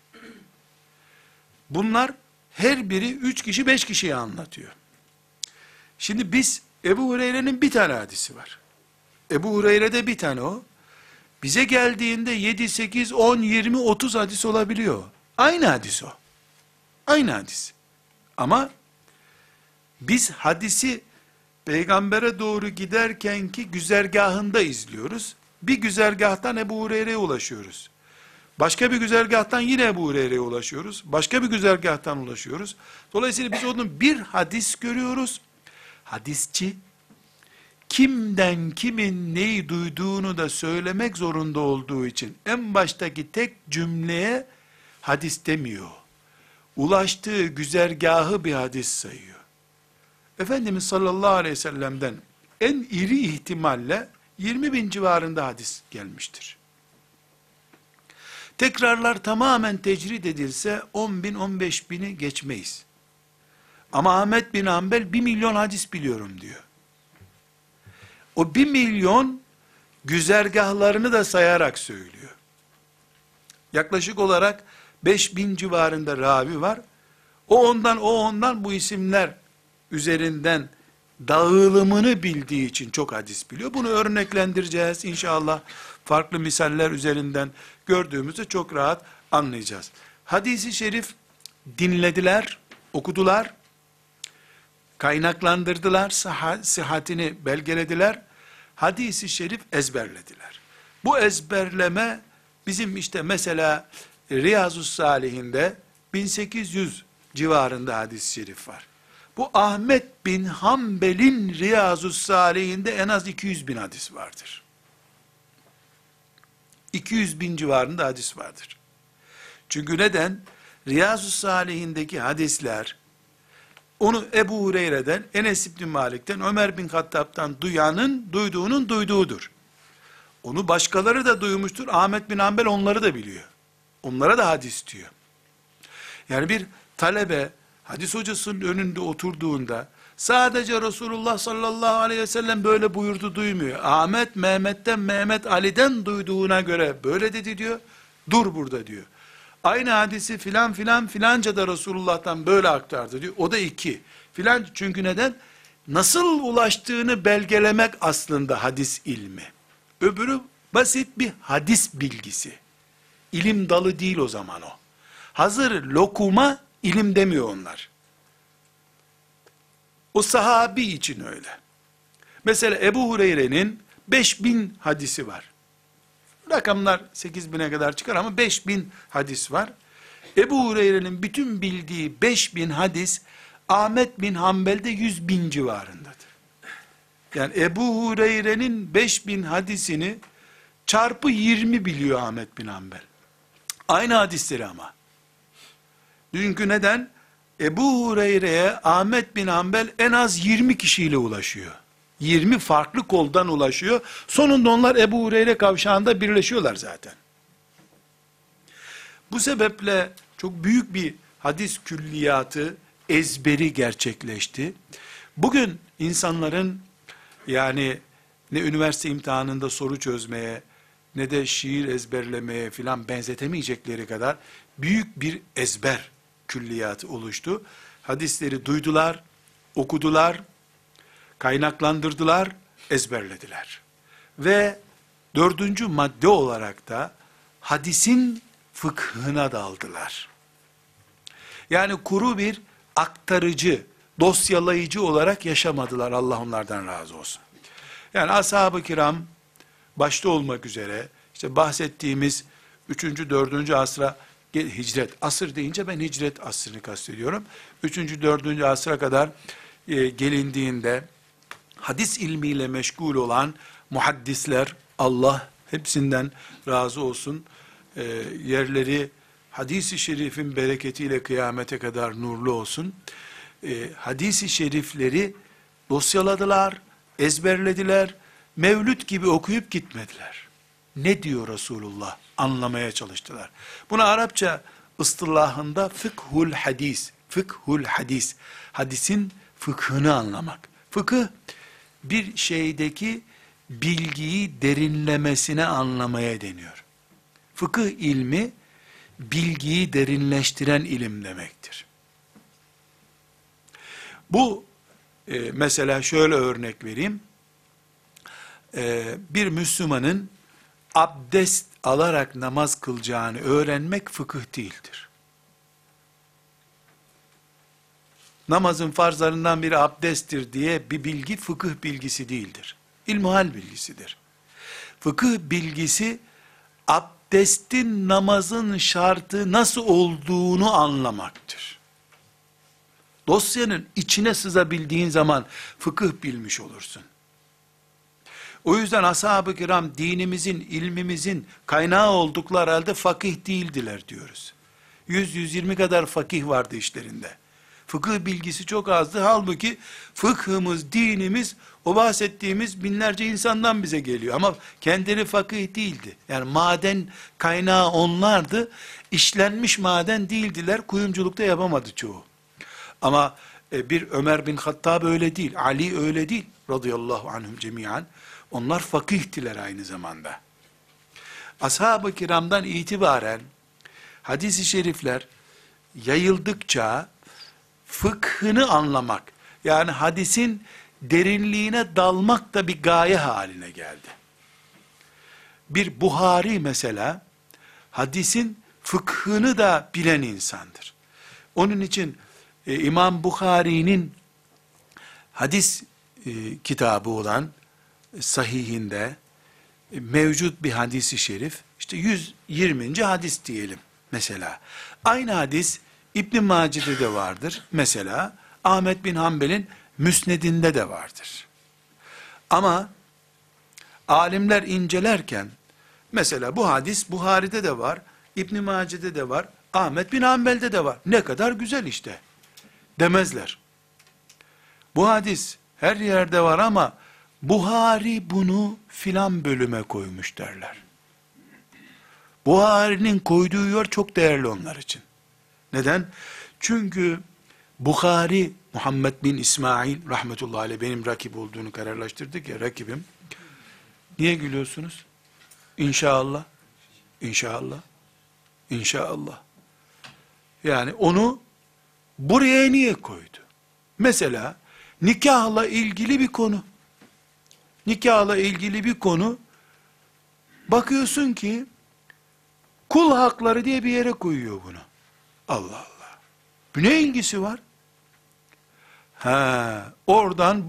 Bunlar her biri üç kişi beş kişiye anlatıyor. Şimdi biz Ebu Hureyre'nin bir tane hadisi var. Ebu Hureyre'de bir tane o. Bize geldiğinde yedi, sekiz, on, yirmi, otuz hadis olabiliyor. Aynı hadis o. Aynı hadis. Ama biz hadisi peygambere doğru giderkenki güzergahında izliyoruz. Bir güzergahtan Ebu Hureyre'ye ulaşıyoruz. Başka bir güzergahtan yine Ebu Hureyre'ye ulaşıyoruz. Başka bir güzergahtan ulaşıyoruz. Dolayısıyla biz onun bir hadis görüyoruz. Hadisçi, kimden kimin neyi duyduğunu da söylemek zorunda olduğu için en baştaki tek cümleye hadis demiyor. Ulaştığı güzergahı bir hadis sayıyor. Efendimiz sallallahu aleyhi ve sellem'den en iri ihtimalle yirmi bin civarında hadis gelmiştir. Tekrarlar tamamen tecrid edilse on bin, on beş bini geçmeyiz. Ama Ahmet bin Hanbel bir milyon hadis biliyorum diyor. O bir milyon güzergahlarını da sayarak söylüyor. Yaklaşık olarak beş bin civarında ravi var. O ondan, o ondan bu isimler üzerinden dağılımını bildiği için çok hadis biliyor. Bunu örneklendireceğiz inşallah. Farklı misaller üzerinden gördüğümüzde çok rahat anlayacağız. Hadis-i şerif dinlediler, okudular, kaynaklandırdılar, sıhhatini belgelediler, hadis-i şerif ezberlediler. Bu ezberleme bizim işte mesela Riyazu Salihinde bin sekiz yüz civarında hadis-i şerif var. Bu Ahmet bin Hanbel'in Riyazu Salihinde en az iki yüz bin hadis vardır. iki yüz bin civarında hadis vardır. Çünkü neden? Riyazu Salihindeki hadisler, onu Ebu Hureyre'den, Enes İbni Malik'ten, Ömer bin Hattab'tan duyanın, duyduğunun duyduğudur. Onu başkaları da duymuştur. Ahmet bin Hanbel onları da biliyor. Onlara da hadis diyor. Yani bir talebe, hadis hocasının önünde oturduğunda, sadece Resulullah sallallahu aleyhi ve sellem böyle buyurdu duymuyor. Ahmet, Mehmet'ten, Mehmet, Ali'den duyduğuna göre böyle dedi diyor. Dur burada diyor. Aynı hadisi filan filan filanca da Resulullah'tan böyle aktardı diyor. O da iki. Filan, çünkü neden? Nasıl ulaştığını belgelemek aslında hadis ilmi. Öbürü basit bir hadis bilgisi. İlim dalı değil o zaman o. Hazır lokuma ilim demiyor onlar. O sahabi için öyle. Mesela Ebu Hureyre'nin beş bin hadisi var. Rakamlar sekiz bine kadar çıkar ama beş bin hadis var. Ebu Hureyre'nin bütün bildiği beş bin hadis, Ahmet bin Hanbel'de yüz bin civarındadır. Yani Ebu Hureyre'nin beş bin hadisini çarpı yirmi biliyor Ahmet bin Hanbel. Aynı hadisleri ama. Çünkü neden? Ebu Hureyre'ye Ahmet bin Hanbel en az yirmi kişiyle ulaşıyor. yirmi farklı koldan ulaşıyor. Sonunda onlar Ebu Hureyre kavşağında birleşiyorlar zaten. Bu sebeple çok büyük bir hadis külliyatı, ezberi gerçekleşti. Bugün insanların yani ne üniversite imtihanında soru çözmeye ne de şiir ezberlemeye filan benzetemeyecekleri kadar büyük bir ezber külliyatı oluştu. Hadisleri duydular, okudular, kaynaklandırdılar, ezberlediler. Ve dördüncü madde olarak da hadisin fıkhına daldılar. Yani kuru bir aktarıcı, dosyalayıcı olarak yaşamadılar, Allah onlardan razı olsun. Yani ashab-ı kiram başta olmak üzere işte bahsettiğimiz üçüncü dördüncü asra hicret, asır deyince ben hicret asrını kastediyorum. üçüncü dördüncü asra kadar e, gelindiğinde hadis ilmiyle meşgul olan muhaddisler, Allah hepsinden razı olsun, e, yerleri hadis-i şerifin bereketiyle kıyamete kadar nurlu olsun. E, hadis-i şerifleri dosyaladılar, ezberlediler, mevlüt gibi okuyup gitmediler. Ne diyor Resulullah? Anlamaya çalıştılar. Buna Arapça ıstılahında fıkhul hadis, fıkhul hadis, hadisin fıkhını anlamak. Fıkıh, bir şeydeki bilgiyi derinlemesine anlamaya deniyor. Fıkıh ilmi, bilgiyi derinleştiren ilim demektir. Bu, e, mesela şöyle örnek vereyim. E, bir Müslümanın abdest alarak namaz kılacağını öğrenmek fıkıh değildir. Namazın farzlarından biri abdesttir diye bir bilgi fıkıh bilgisi değildir. İlmihal bilgisidir. Fıkıh bilgisi abdestin namazın şartı nasıl olduğunu anlamaktır. Dosyanın içine sızabildiğin zaman fıkıh bilmiş olursun. O yüzden ashab-ı kiram dinimizin, ilmimizin kaynağı oldukları halde fakih değildiler diyoruz. yüz yüz yirmi kadar fakih vardı işlerinde. Fıkıh bilgisi çok azdı. Halbuki fıkhımız, dinimiz, o bahsettiğimiz binlerce insandan bize geliyor. Ama kendileri fakih değildi. Yani maden kaynağı onlardı. İşlenmiş maden değildiler. Kuyumculukta yapamadı çoğu. Ama e, bir Ömer bin Hattab öyle değil. Ali öyle değil. Radıyallahu anhum cemiyan. Onlar fakihtiler aynı zamanda. Ashab-ı kiramdan itibaren hadis-i şerifler yayıldıkça fıkhını anlamak, yani hadisin derinliğine dalmak da bir gaye haline geldi. Bir Buhari mesela, hadisin fıkhını da bilen insandır. Onun için e, İmam Buhari'nin hadis e, kitabı olan sahihinde e, mevcut bir hadisi şerif, işte yüz yirminci hadis diyelim mesela. Aynı hadis İbn-i Mace'de de vardır. Mesela Ahmet bin Hanbel'in Müsned'inde de vardır. Ama alimler incelerken, mesela bu hadis Buhari'de de var, İbn-i Mace'de de var, Ahmet bin Hanbel'de de var. Ne kadar güzel işte demezler. Bu hadis her yerde var ama Buhari bunu filan bölüme koymuş derler. Buhari'nin koyduğu yer çok değerli onlar için. Neden? Çünkü Bukhari, Muhammed bin İsmail rahmetullahi aleyh, benim rakip olduğunu kararlaştırdık ya, rakibim. Niye gülüyorsunuz? İnşallah, İnşallah, İnşallah. Yani onu buraya niye koydu? Mesela nikahla ilgili bir konu. Nikahla ilgili bir konu. Bakıyorsun ki kul hakları diye bir yere koyuyor bunu. Allah Allah. Bu ne ilgisi var? Ha, oradan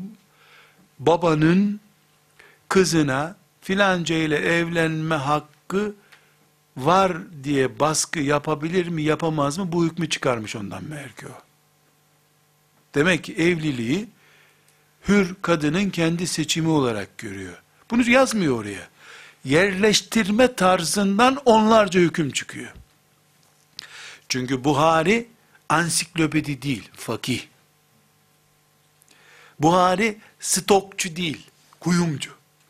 babanın kızına filanca ile evlenme hakkı var diye baskı yapabilir mi yapamaz mı bu hükmü çıkarmış ondan meğer ki o. Demek ki evliliği hür kadının kendi seçimi olarak görüyor. Bunu yazmıyor oraya. Yerleştirme tarzından onlarca hüküm çıkıyor. Çünkü Buhari ansiklopedi değil, fakih. Buhari stokçu değil, kuyumcu.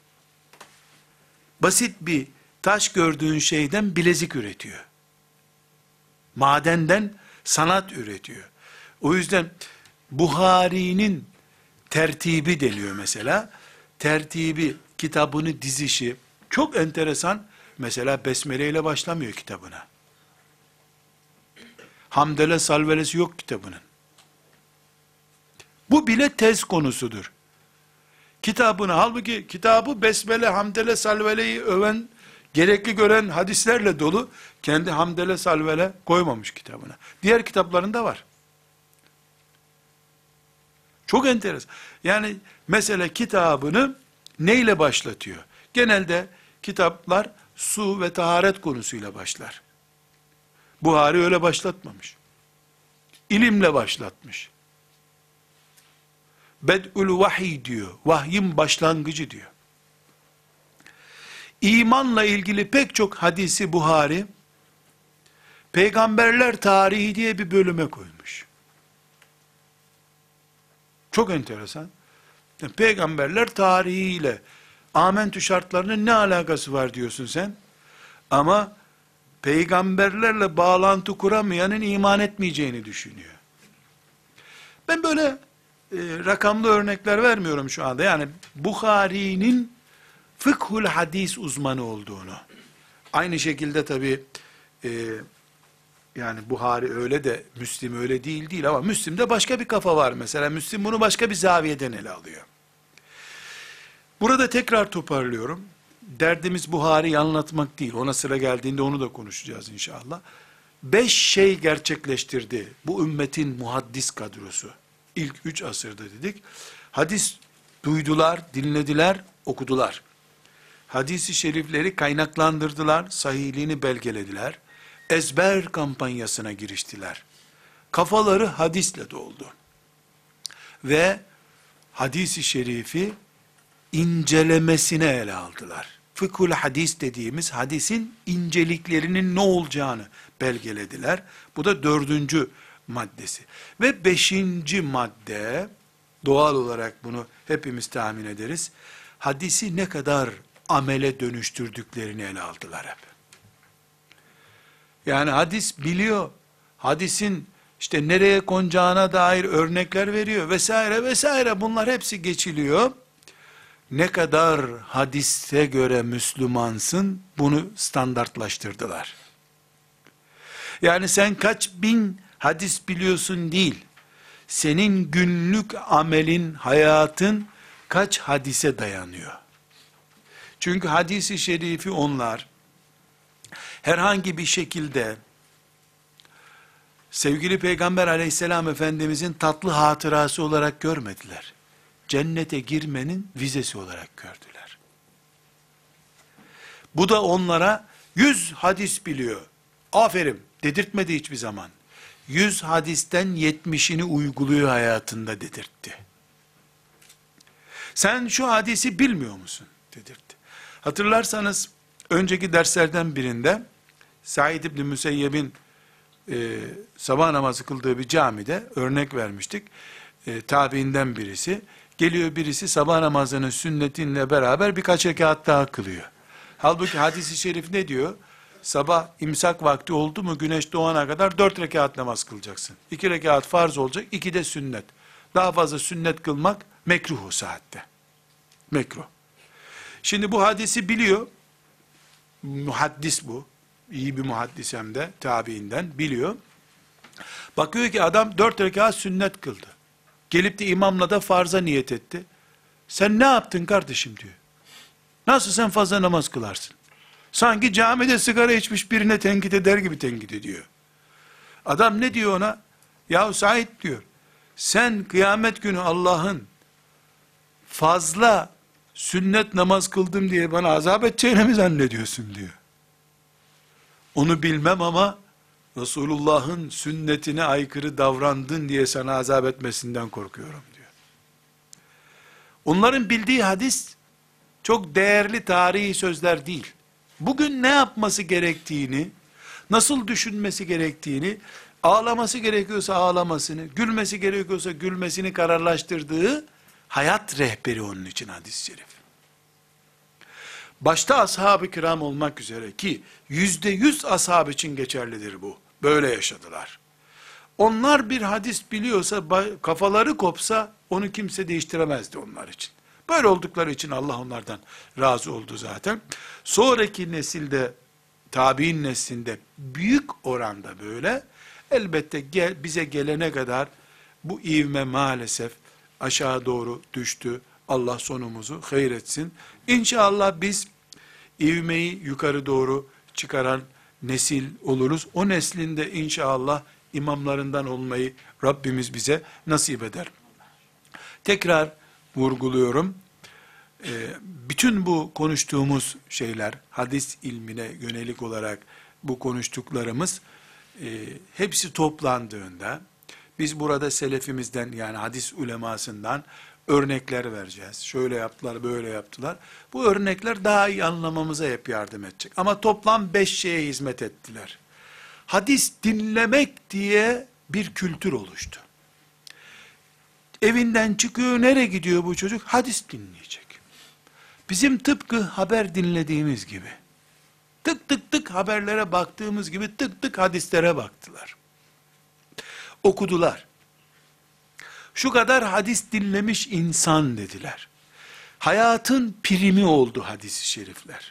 Basit bir taş gördüğün şeyden bilezik üretiyor. Madenden sanat üretiyor. O yüzden Buhari'nin tertibi deniyor mesela. Tertibi, kitabını dizişi çok enteresan. Mesela Besmele ile başlamıyor kitabına. Hamdele salvelesi yok kitabının. Bu bile tez konusudur. Kitabını, halbuki kitabı Besmele, Hamdele, Salvele'yi öven, gerekli gören hadislerle dolu, kendi Hamdele, Salvele koymamış kitabına. Diğer kitaplarında var. Çok enteresan. Yani mesela kitabını neyle başlatıyor? Genelde kitaplar su ve taharet konusuyla başlar. Buhari öyle başlatmamış. İlimle başlatmış. Bed'ül vahiy diyor. Vahyin başlangıcı diyor. İmanla ilgili pek çok hadisi Buhari, peygamberler tarihi diye bir bölüme koymuş. Çok enteresan. Peygamberler tarihiyle amentü şartlarının ne alakası var diyorsun sen? Ama peygamberlerle bağlantı kuramayanın iman etmeyeceğini düşünüyor. Ben böyle e, rakamlı örnekler vermiyorum şu anda. Yani Bukhari'nin fıkhul hadis uzmanı olduğunu. Aynı şekilde tabi e, yani Buhari öyle de Müslim öyle değil değil ama Müslim'de başka bir kafa var mesela. Müslim bunu başka bir zaviyeden ele alıyor. Burada tekrar toparlıyorum. Derdimiz Buhari'yi anlatmak değil. Ona sıra geldiğinde onu da konuşacağız inşallah. Beş şey gerçekleştirdi bu ümmetin muhaddis kadrosu. İlk üç asırda dedik. Hadis duydular, dinlediler, okudular. Hadis-i şerifleri kaynaklandırdılar, sahihliğini belgelediler. Ezber kampanyasına giriştiler. Kafaları hadisle doldu. Ve hadis-i şerifi incelemesine ele aldılar. Fıkhul hadis dediğimiz hadisin inceliklerinin ne olacağını belgelediler. Bu da dördüncü maddesi. Ve beşinci madde, doğal olarak bunu hepimiz tahmin ederiz. Hadisi ne kadar amele dönüştürdüklerini ele aldılar hep. Yani hadis biliyor, hadisin işte nereye konacağına dair örnekler veriyor vesaire vesaire, bunlar hepsi geçiliyor. Ne kadar hadise göre Müslümansın, bunu standartlaştırdılar. Yani sen kaç bin hadis biliyorsun değil, senin günlük amelin, hayatın kaç hadise dayanıyor. Çünkü hadisi şerifi onlar, herhangi bir şekilde, sevgili Peygamber aleyhisselam Efendimizin tatlı hatırası olarak görmediler. Cennete girmenin vizesi olarak gördüler. Bu da onlara yüz hadis biliyor, aferin dedirtmedi hiçbir zaman. Yüz hadisten yetmişini uyguluyor hayatında dedirtti. Sen şu hadisi bilmiyor musun dedirtti. Hatırlarsanız önceki derslerden birinde Said İbni Müseyyeb'in e, sabah namazı kıldığı bir camide örnek vermiştik. E, tabiinden birisi geliyor, birisi sabah namazının sünnetinle beraber birkaç rekat daha kılıyor. Halbuki hadis-i şerif ne diyor? Sabah imsak vakti oldu mu güneş doğana kadar dört rekat namaz kılacaksın. iki rekat farz olacak, iki de sünnet. Daha fazla sünnet kılmak mekruh o saatte. Mekruh. Şimdi bu hadisi biliyor. Muhaddis bu. İyi bir muhaddis hem de tabiinden biliyor. Bakıyor ki adam dört rekat sünnet kıldı. Gelip de imamla da farza niyet etti. Sen ne yaptın kardeşim diyor. Nasıl sen fazla namaz kılarsın? Sanki camide sigara içmiş birine tenkit eder gibi tenkit ediyor. Adam ne diyor ona? Yahu Said diyor, sen kıyamet günü Allah'ın fazla sünnet namaz kıldım diye bana azap edeceğini mi zannediyorsun diyor. Onu bilmem ama Resulullah'ın sünnetine aykırı davrandın diye sana azap etmesinden korkuyorum diyor. Onların bildiği hadis çok değerli tarihi sözler değil. Bugün ne yapması gerektiğini, nasıl düşünmesi gerektiğini, ağlaması gerekiyorsa ağlamasını, gülmesi gerekiyorsa gülmesini kararlaştırdığı hayat rehberi onun için hadis-i şerif. Başta ashab-ı kiram olmak üzere ki yüzde yüz ashab için geçerlidir bu. Böyle yaşadılar. Onlar bir hadis biliyorsa, kafaları kopsa onu kimse değiştiremezdi onlar için. Böyle oldukları için Allah onlardan razı oldu zaten. Sonraki nesilde, tabi'in neslinde büyük oranda böyle. Elbette gel, bize gelene kadar bu ivme maalesef aşağı doğru düştü. Allah sonumuzu hayretsin. İnşallah biz ivmeyi yukarı doğru çıkaran nesil oluruz. O neslinde inşallah imamlarından olmayı Rabbimiz bize nasip eder. Tekrar vurguluyorum. Ee, bütün bu konuştuğumuz şeyler, hadis ilmine yönelik olarak bu konuştuklarımız, e, hepsi toplandığında, biz burada selefimizden yani hadis ulemasından örnekler vereceğiz. Şöyle yaptılar, böyle yaptılar. Bu örnekler daha iyi anlamamıza hep yardım edecek. Ama toplam beş şeye hizmet ettiler. Hadis dinlemek diye bir kültür oluştu. Evinden çıkıyor, nereye gidiyor bu çocuk? Hadis dinleyecek. Bizim tıpkı haber dinlediğimiz gibi, tık tık tık haberlere baktığımız gibi tık tık hadislere baktılar. Okudular. Şu kadar hadis dinlemiş insan dediler. Hayatın primi oldu hadis-i şerifler.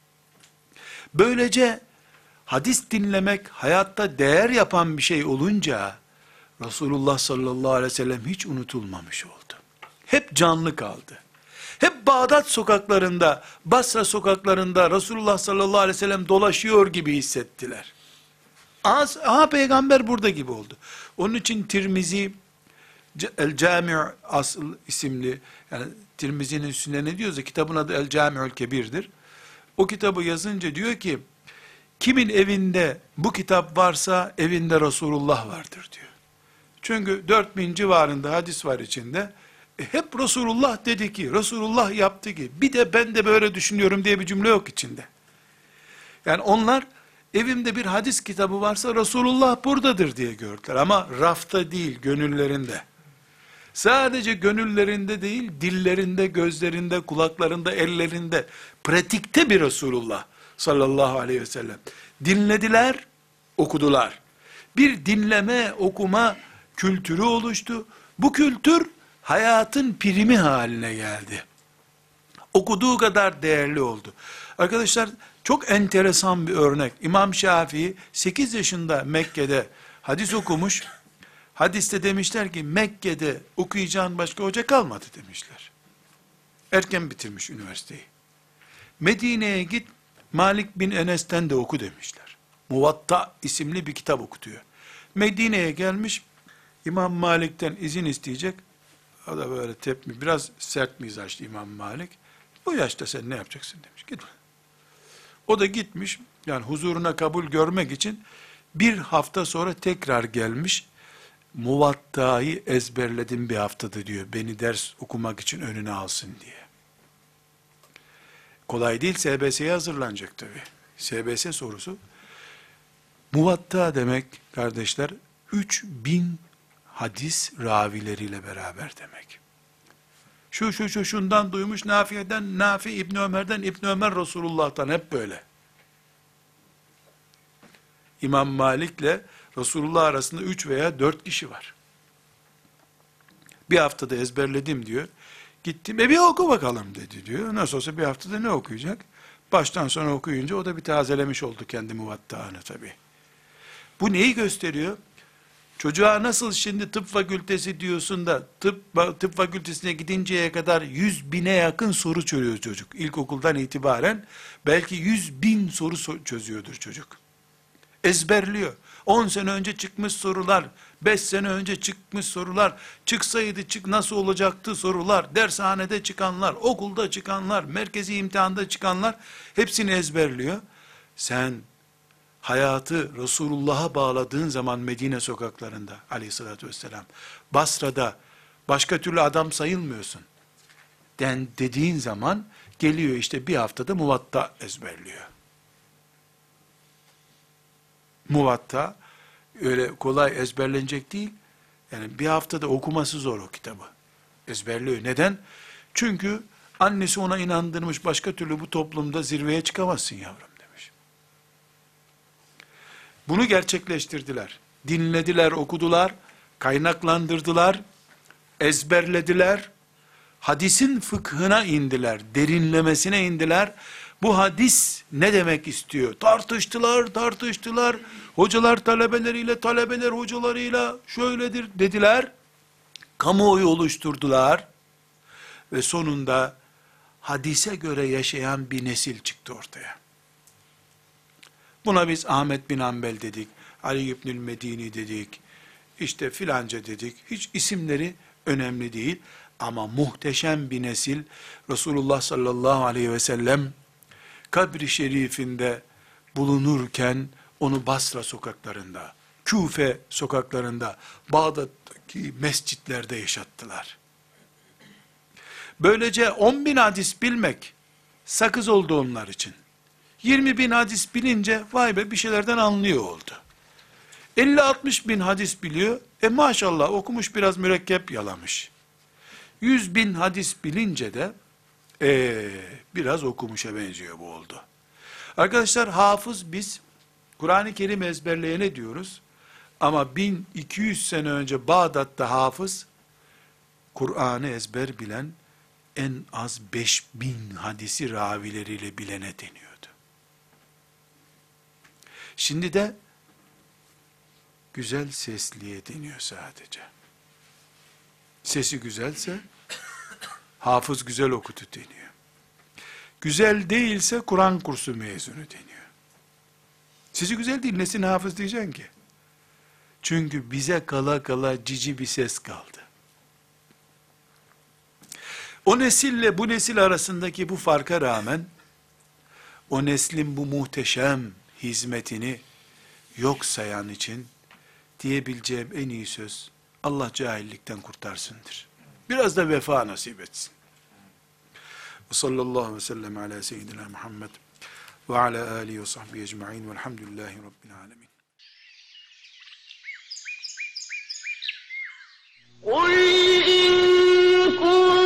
Böylece hadis dinlemek hayatta değer yapan bir şey olunca Resulullah sallallahu aleyhi ve sellem hiç unutulmamış oldu. Hep canlı kaldı. Hep Bağdat sokaklarında, Basra sokaklarında Resulullah sallallahu aleyhi ve sellem dolaşıyor gibi hissettiler. Aha, aha peygamber burada gibi oldu. Onun için Tirmizi El Cami' asıl isimli, yani Tirmizi'nin Süneni diyoruz ya, kitabın adı El Cami'ül Kebir'dir. O kitabı yazınca diyor ki, kimin evinde bu kitap varsa evinde Resulullah vardır diyor. Çünkü dört bin civarında hadis var içinde. E hep Resulullah dedi ki, Resulullah yaptı ki, bir de ben de böyle düşünüyorum diye bir cümle yok içinde. Yani onlar evimde bir hadis kitabı varsa Resulullah buradadır diye gördüler. Ama rafta değil, gönüllerinde. Sadece gönüllerinde değil, dillerinde, gözlerinde, kulaklarında, ellerinde, pratikte bir Resulullah sallallahu aleyhi ve sellem. Dinlediler, okudular. Bir dinleme, okuma kültürü oluştu. Bu kültür hayatın primi haline geldi. Okuduğu kadar değerli oldu. Arkadaşlar çok enteresan bir örnek. İmam Şafii sekiz yaşında Mekke'de hadis okumuş. Hadiste demişler ki Mekke'de okuyacağın başka hoca kalmadı demişler. Erken bitirmiş üniversiteyi. Medine'ye git, Malik bin Enes'ten de oku demişler. Muvatta isimli bir kitap okutuyor. Medine'ye gelmiş, İmam Malik'ten izin isteyecek. O da böyle tepmi, biraz sert mizaçlı İmam Malik. Bu yaşta sen ne yapacaksın demiş. Git. O da gitmiş, yani huzuruna kabul görmek için bir hafta sonra tekrar gelmiş. Muvatta'yı ezberledim bir haftada diyor. Beni ders okumak için önüne alsın diye. Kolay değil, S B S'ye hazırlanacak tabii. S B S sorusu. Muvatta demek kardeşler, üç bin hadis ravileriyle beraber demek. Şu şu şu şundan duymuş, Nafi'den, Nafi İbni Ömer'den, İbni Ömer Resulullah'tan, hep böyle. İmam Malik'le Resulullah arasında üç veya dört kişi var. Bir haftada ezberledim diyor. Gittim, e bir oku bakalım dedi diyor. Nasıl olsa bir haftada ne okuyacak? Baştan sona okuyunca o da bir tazelemiş oldu kendi muvattağını tabii. Bu neyi gösteriyor? Çocuğa nasıl şimdi tıp fakültesi diyorsun da tıp, tıp fakültesine gidinceye kadar yüz bine yakın soru çözüyor çocuk. İlkokuldan itibaren belki yüz bin soru çözüyordur çocuk. Ezberliyor. on sene önce çıkmış sorular, beş sene önce çıkmış sorular, çıksaydı çık nasıl olacaktı sorular, dershanede çıkanlar, okulda çıkanlar, merkezi imtihanda çıkanlar, hepsini ezberliyor. Sen hayatı Resulullah'a bağladığın zaman Medine sokaklarında aleyhissalatü vesselam, Basra'da başka türlü adam sayılmıyorsun den dediğin zaman geliyor işte bir haftada Muvatta ezberliyor. Muvatta öyle kolay ezberlenecek değil. Yani bir haftada okuması zor o kitabı. Ezberliyor. Neden? Çünkü annesi ona inandırmış, başka türlü bu toplumda zirveye çıkamazsın yavrum demiş. Bunu gerçekleştirdiler. Dinlediler, okudular, kaynaklandırdılar, ezberlediler. Hadisin fıkhına indiler, derinlemesine indiler. Bu hadis ne demek istiyor? Tartıştılar, tartıştılar. Hocalar talebeleriyle, talebeler hocalarıyla şöyledir dediler. Kamuoyu oluşturdular. Ve sonunda hadise göre yaşayan bir nesil çıktı ortaya. Buna biz Ahmet bin Hanbel dedik, Ali İbnül Medini dedik, işte filanca dedik. Hiç isimleri önemli değil. Ama muhteşem bir nesil, Resulullah sallallahu aleyhi ve sellem kabri şerifinde bulunurken onu Basra sokaklarında, Küfe sokaklarında, Bağdat'taki mescitlerde yaşattılar. Böylece on bin hadis bilmek sakız oldu onlar için. yirmi bin hadis bilince vay be bir şeylerden anlıyor oldu. elli altmış bin hadis biliyor, e maşallah okumuş biraz mürekkep yalamış. yüz bin hadis bilince de ee, biraz okumuşa benziyor bu oldu. Arkadaşlar hafız biz Kur'an-ı Kerim ezberleyene diyoruz. Ama bin iki yüz sene önce Bağdat'ta hafız Kur'an'ı ezber bilen en az beş bin hadisi ravileriyle bilene deniyordu. Şimdi de güzel sesliye deniyor sadece. Sesi güzelse hafız güzel okudu deniyor. Güzel değilse Kur'an kursu mezunu deniyor. Sesi güzel değil, nesine hafız diyeceksin ki? Çünkü bize kala kala cici bir ses kaldı. O nesille bu nesil arasındaki bu farka rağmen, o neslin bu muhteşem hizmetini yok sayan için diyebileceğim en iyi söz, Allah cahillikten kurtarsındır. Biraz da vefa nasip etsin. Ve sallallahu aleyhi ve sellem ala seyyidina Muhammed ve ala alihi ve sahbihi ecma'in velhamdülillahi rabbil alemin. قُلْ إِن كُنتُمْ